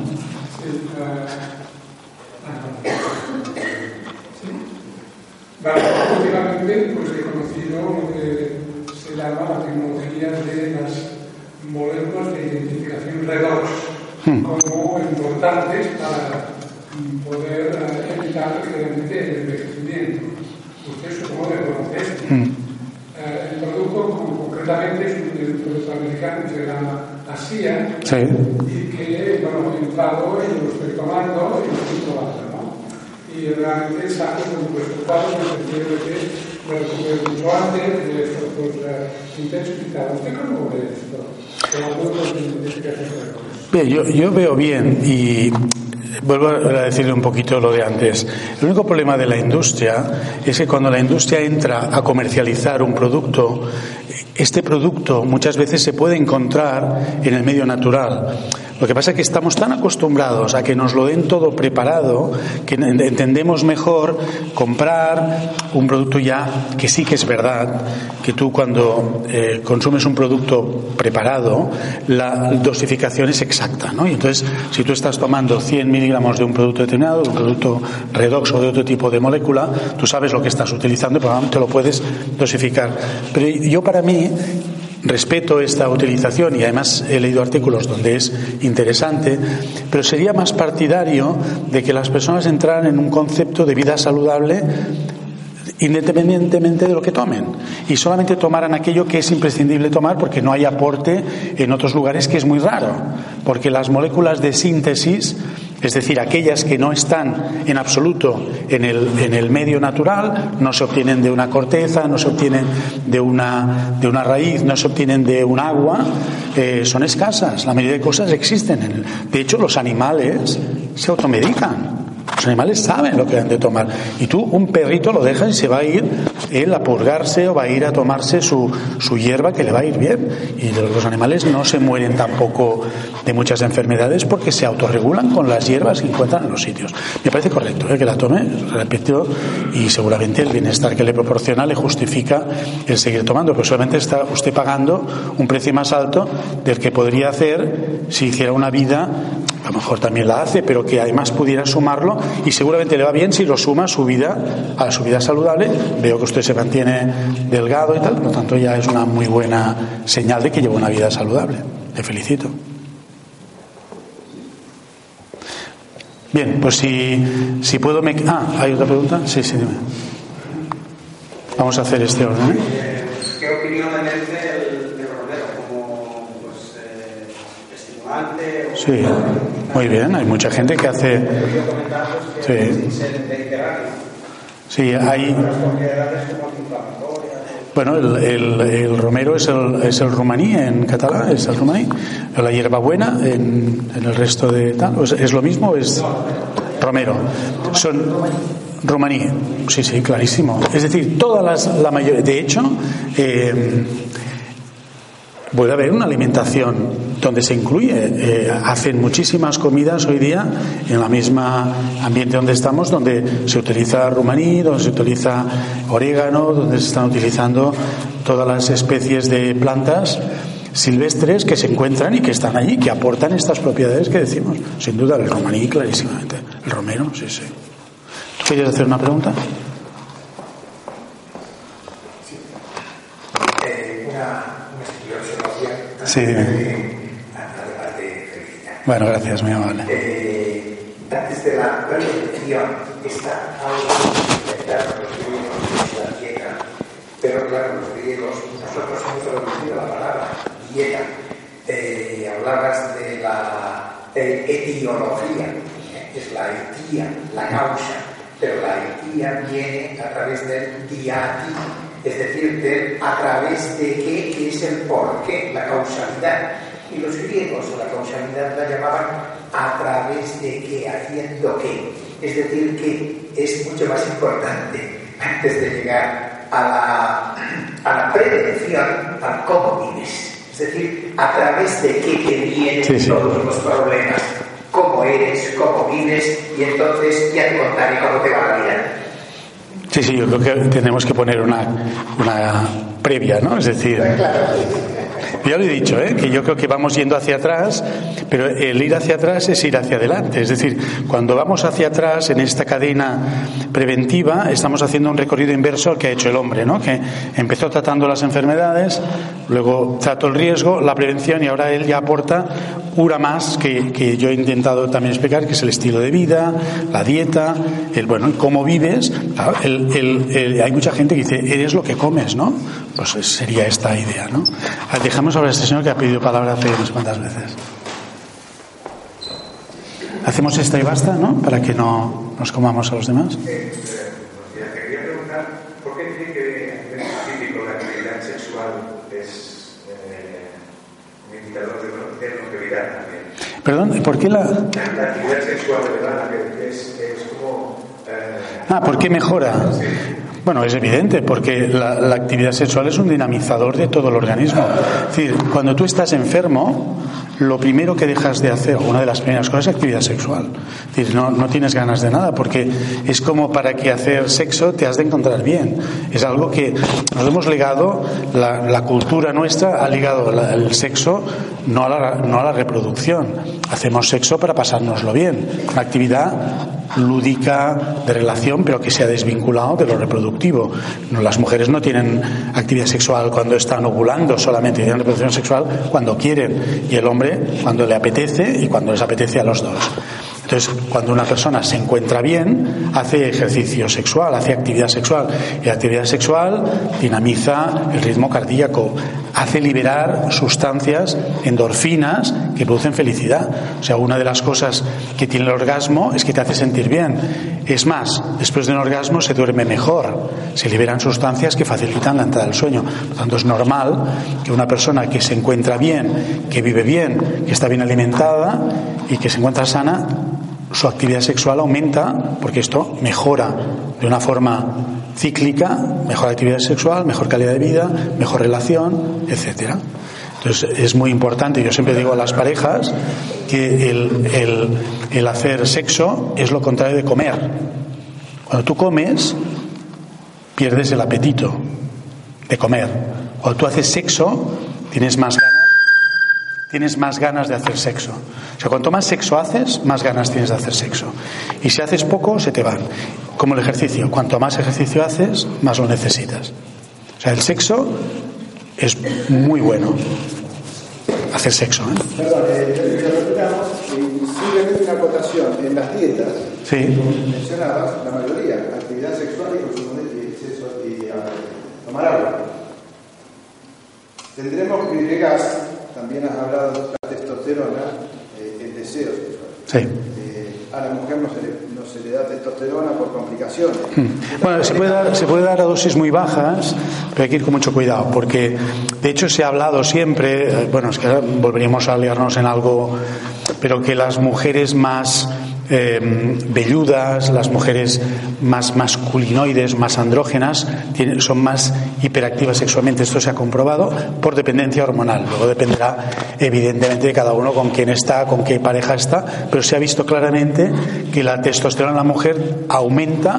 Vale, últimamente pues he conocido lo que se llama la tecnología de las moléculas de identificación redox como importantes para poder evitar realmente el envejecimiento. Usted supongo que conoce esto. El producto concretamente es un producto americano que se llama ASIA, sí, y que he entrado y lo estoy tomando y lo estoy probando, ¿no? Y realmente estamos muy preocupados en el sentido de que me recupero mucho antes de estos intensos y tal. ¿Usted cómo ve esto? Bien, yo veo bien y vuelvo a decirle un poquito lo de antes. El único problema de la industria es que cuando la industria entra a comercializar un producto, este producto muchas veces se puede encontrar en el medio natural. Lo que pasa es que estamos tan acostumbrados a que nos lo den todo preparado que entendemos mejor comprar un producto ya, que sí que es verdad que tú cuando consumes un producto preparado la dosificación es exacta, ¿no? Y entonces si tú estás tomando 100 miligramos de un producto determinado, de un producto redox o de otro tipo de molécula, tú sabes lo que estás utilizando y probablemente lo puedes dosificar. Pero yo, para mí, respeto esta utilización y además he leído artículos donde es interesante, pero sería más partidario de que las personas entraran en un concepto de vida saludable independientemente de lo que tomen, y solamente tomaran aquello que es imprescindible tomar, porque no hay aporte en otros lugares, que es muy raro, porque las moléculas de síntesis, es decir, aquellas que no están en absoluto en el medio natural, no se obtienen de una corteza, no se obtienen de una raíz, no se obtienen de un agua, son escasas. La mayoría de cosas existen. De hecho, los animales se automedican. Los animales saben lo que han de tomar. Y tú, un perrito, lo dejas y se va a ir él a purgarse o va a ir a tomarse su hierba, que le va a ir bien. Y los animales no se mueren tampoco de muchas enfermedades porque se autorregulan con las hierbas que encuentran en los sitios. Me parece correcto que la tome, repito, y seguramente el bienestar que le proporciona le justifica el seguir tomando, pero solamente está usted pagando un precio más alto del que podría hacer si hiciera una vida, a lo mejor también la hace, pero que además pudiera sumarlo, y seguramente le va bien si lo suma a su vida saludable. Veo que usted se mantiene delgado y tal, por lo tanto ya es una muy buena señal de que lleva una vida saludable. Le felicito. Bien, pues si puedo ¿hay otra pregunta? Sí, dime. Vamos a hacer este orden, ¿Qué opinión le merece el romero como estimulante? Sí, muy bien, hay mucha gente que hace... Sí, hay... Bueno, el romero es el romaní en catalán, es el romaní. La hierbabuena en el resto de tal, ¿es lo mismo o es romero? Son romaní, sí, clarísimo. Es decir, la mayoría, de hecho, puede haber una alimentación donde se incluye, hacen muchísimas comidas hoy día en la misma ambiente donde estamos, donde se utiliza romaní, donde se utiliza orégano, donde se están utilizando todas las especies de plantas silvestres que se encuentran y que están allí, que aportan estas propiedades que decimos. Sin duda el romaní, clarísimamente. El romero, sí. ¿Tú querías hacer una pregunta? Sí, dime. Bueno, gracias, muy amable. Antes de la prevención está algo inventado los griegos, la dieta, pero claro, los griegos, nosotros hemos traducido la palabra dieta. Hablabas de la etiología, es la etía, la causa, pero la etía viene a través del diati, es decir, a través de qué, que es el porqué, la causalidad. Y los griegos la causalidad la llamaban a través de qué, haciendo qué. Es decir, que es mucho más importante, antes de llegar a la prevención, al cómo vives. Es decir, a través de qué te vienen todos los problemas, cómo eres, cómo vives, y entonces ya te contaré cómo te va la vida. Sí, yo creo que tenemos que poner una previa, ¿no? Es decir, ya lo he dicho, que yo creo que vamos yendo hacia atrás, pero el ir hacia atrás es ir hacia adelante. Es decir, cuando vamos hacia atrás en esta cadena preventiva, estamos haciendo un recorrido inverso al que ha hecho el hombre, ¿no? Que empezó tratando las enfermedades, luego trató el riesgo, la prevención, y ahora él ya aporta una más que yo he intentado también explicar, que es el estilo de vida, la dieta, el cómo vives. Claro, hay mucha gente que dice, eres lo que comes, ¿no? Pues sería esta idea, ¿no? Dejamos ahora a este señor que ha pedido palabra hace unas cuantas veces. Hacemos esta y basta, ¿no? Para que no nos comamos a los demás. Quería preguntar, ¿por qué dice que el típico de actividad sexual es un indicador de longevidad también? Perdón, ¿por qué la actividad sexual de verdad es como... ¿por qué mejora? Sí. Bueno, es evidente, porque la actividad sexual es un dinamizador de todo el organismo. Es decir, cuando tú estás enfermo, lo primero que dejas de hacer, una de las primeras cosas, es actividad sexual. Es decir, no tienes ganas de nada, porque es como para que hacer sexo te has de encontrar bien. Es algo que nos hemos ligado, la cultura nuestra ha ligado el sexo no a la reproducción. Hacemos sexo para pasárnoslo bien. Una actividad lúdica, de relación, pero que se ha desvinculado de lo reproductivo. reproductivo. No, las mujeres no tienen actividad sexual cuando están ovulando solamente, tienen reproducción sexual cuando quieren, y el hombre cuando le apetece y cuando les apetece a los dos. Entonces, cuando una persona se encuentra bien, hace ejercicio sexual, hace actividad sexual. Y la actividad sexual dinamiza el ritmo cardíaco, hace liberar sustancias, endorfinas, que producen felicidad. O sea, una de las cosas que tiene el orgasmo es que te hace sentir bien. Es más, después de un orgasmo se duerme mejor, se liberan sustancias que facilitan la entrada del sueño. Por tanto, es normal que una persona que se encuentra bien, que vive bien, que está bien alimentada y que se encuentra sana, su actividad sexual aumenta, porque esto mejora de una forma cíclica, mejor actividad sexual, mejor calidad de vida, mejor relación, etcétera. Entonces es muy importante, yo siempre digo a las parejas que el hacer sexo es lo contrario de comer. Cuando tú comes, pierdes el apetito de comer. Cuando tú haces sexo, tienes más ganas de hacer sexo. O sea, cuanto más sexo haces, más ganas tienes de hacer sexo. Y si haces poco, se te van. Como el ejercicio. Cuanto más ejercicio haces, más lo necesitas. O sea, el sexo es muy bueno. Hacer sexo, Perdón, retiramos simplemente una acotación. En las dietas, sí, mencionabas la mayoría, actividad sexual y consumo de exceso y tomar agua. Tendremos que llegar. También has hablado de la testosterona, el deseo sexual. Sí. A la mujer no se le da testosterona por complicaciones. Bueno, se puede dar a dosis muy bajas, pero hay que ir con mucho cuidado, porque de hecho se ha hablado siempre, bueno, es que ahora volveríamos a liarnos en algo, pero que las mujeres más velludas, las mujeres más masculinoides, más andrógenas, son más hiperactivas sexualmente. Esto se ha comprobado por dependencia hormonal. Luego dependerá evidentemente de cada uno con quién está, con qué pareja está, pero se ha visto claramente que la testosterona en la mujer aumenta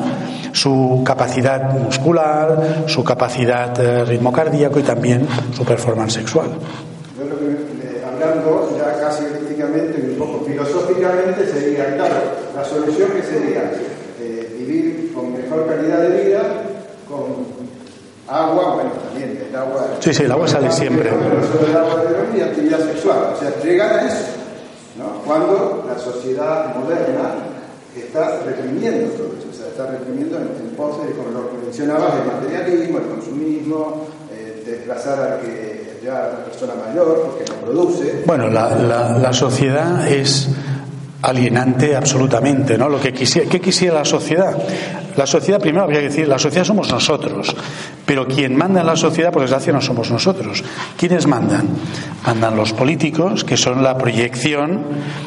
su capacidad muscular, su capacidad ritmo cardíaco y también su performance sexual. Yo lo que, hablando ya casi holísticamente y un poco filosóficamente, sería, claro, la solución que sería vivir con mejor calidad de vida, con agua, bueno, también el agua... Sí, el agua sale siempre. Pero sobre el agua y actividad sexual, o sea, llegar a eso, ¿no? Cuando la sociedad moderna está reprimiendo todo eso, o sea, está reprimiendo en pos de, como lo que mencionabas, el materialismo, el consumismo, desplazar al que ya la persona mayor porque no produce. Bueno, la sociedad es alienante absolutamente, ¿no? ¿Qué quisiera la sociedad? La sociedad, primero habría que decir, la sociedad somos nosotros, pero quien manda en la sociedad, por desgracia, no somos nosotros. ¿Quiénes mandan? Mandan los políticos, que son la proyección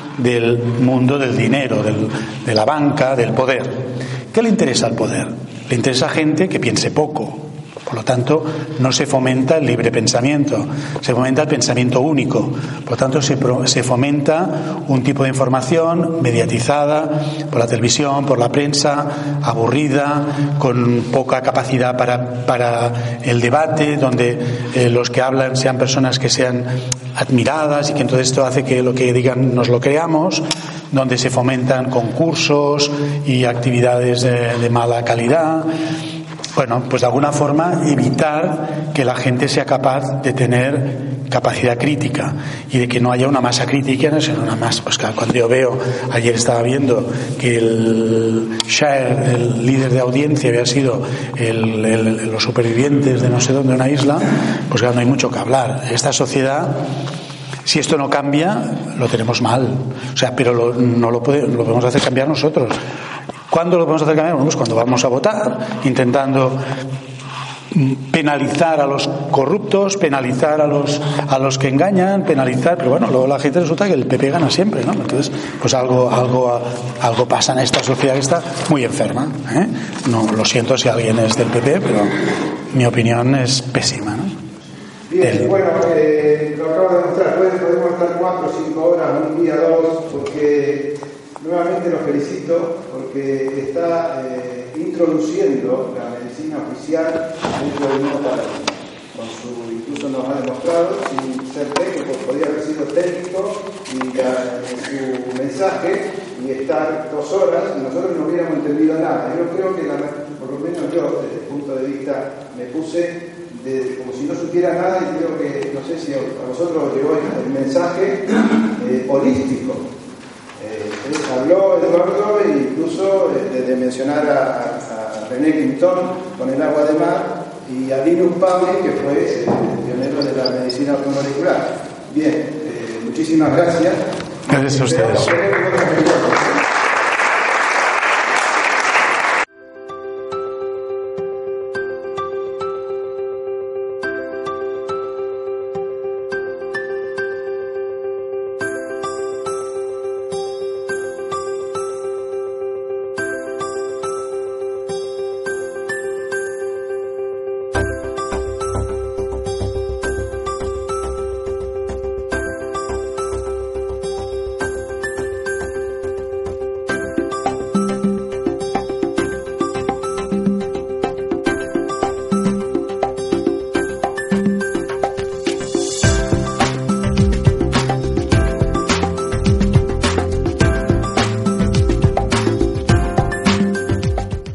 del mundo del dinero, de la banca, del poder. ¿Qué le interesa al poder? Le interesa a gente que piense poco. Por lo tanto, no se fomenta el libre pensamiento, se fomenta el pensamiento único. Por lo tanto, se fomenta un tipo de información mediatizada por la televisión, por la prensa, aburrida, con poca capacidad para el debate, donde los que hablan sean personas que sean admiradas y que entonces esto hace que lo que digan nos lo creamos, donde se fomentan concursos y actividades de mala calidad. Bueno, pues de alguna forma evitar que la gente sea capaz de tener capacidad crítica y de que no haya una masa crítica, sino una masa. Pues cuando yo veo, ayer estaba viendo que el Shire, el líder de audiencia, había sido los supervivientes de no sé dónde, una isla, pues claro, no hay mucho que hablar. Esta sociedad, si esto no cambia, lo tenemos mal. O sea, pero no lo podemos hacer cambiar nosotros. ¿Cuándo lo podemos hacer cambiar? Bueno, pues cuando vamos a votar, intentando penalizar a los corruptos, penalizar a los que engañan, penalizar, pero bueno, luego la gente resulta que el PP gana siempre, ¿no? Entonces, pues algo pasa en esta sociedad que está muy enferma, ¿eh? No, lo siento si alguien es del PP, pero mi opinión es pésima, ¿no? Bien, bueno, lo acabo de mostrar, podemos estar 4 o 5 horas, un día, 2, porque nuevamente lo felicito porque está introduciendo la medicina oficial dentro del nuevo paradigma. Incluso nos ha demostrado, sin ser técnico, podría haber sido técnico y su mensaje y estar 2 horas y nosotros no hubiéramos entendido nada. Yo creo que por lo menos yo, desde el punto ahorita me puse como si no supiera nada, y creo que, no sé si a vosotros llegó el mensaje holístico. Habló Eduardo incluso de mencionar a René Quintón con el agua de mar y a Linus Pauling, que fue el pionero de la medicina ortomolecular. Bien, muchísimas gracias. Gracias a ustedes.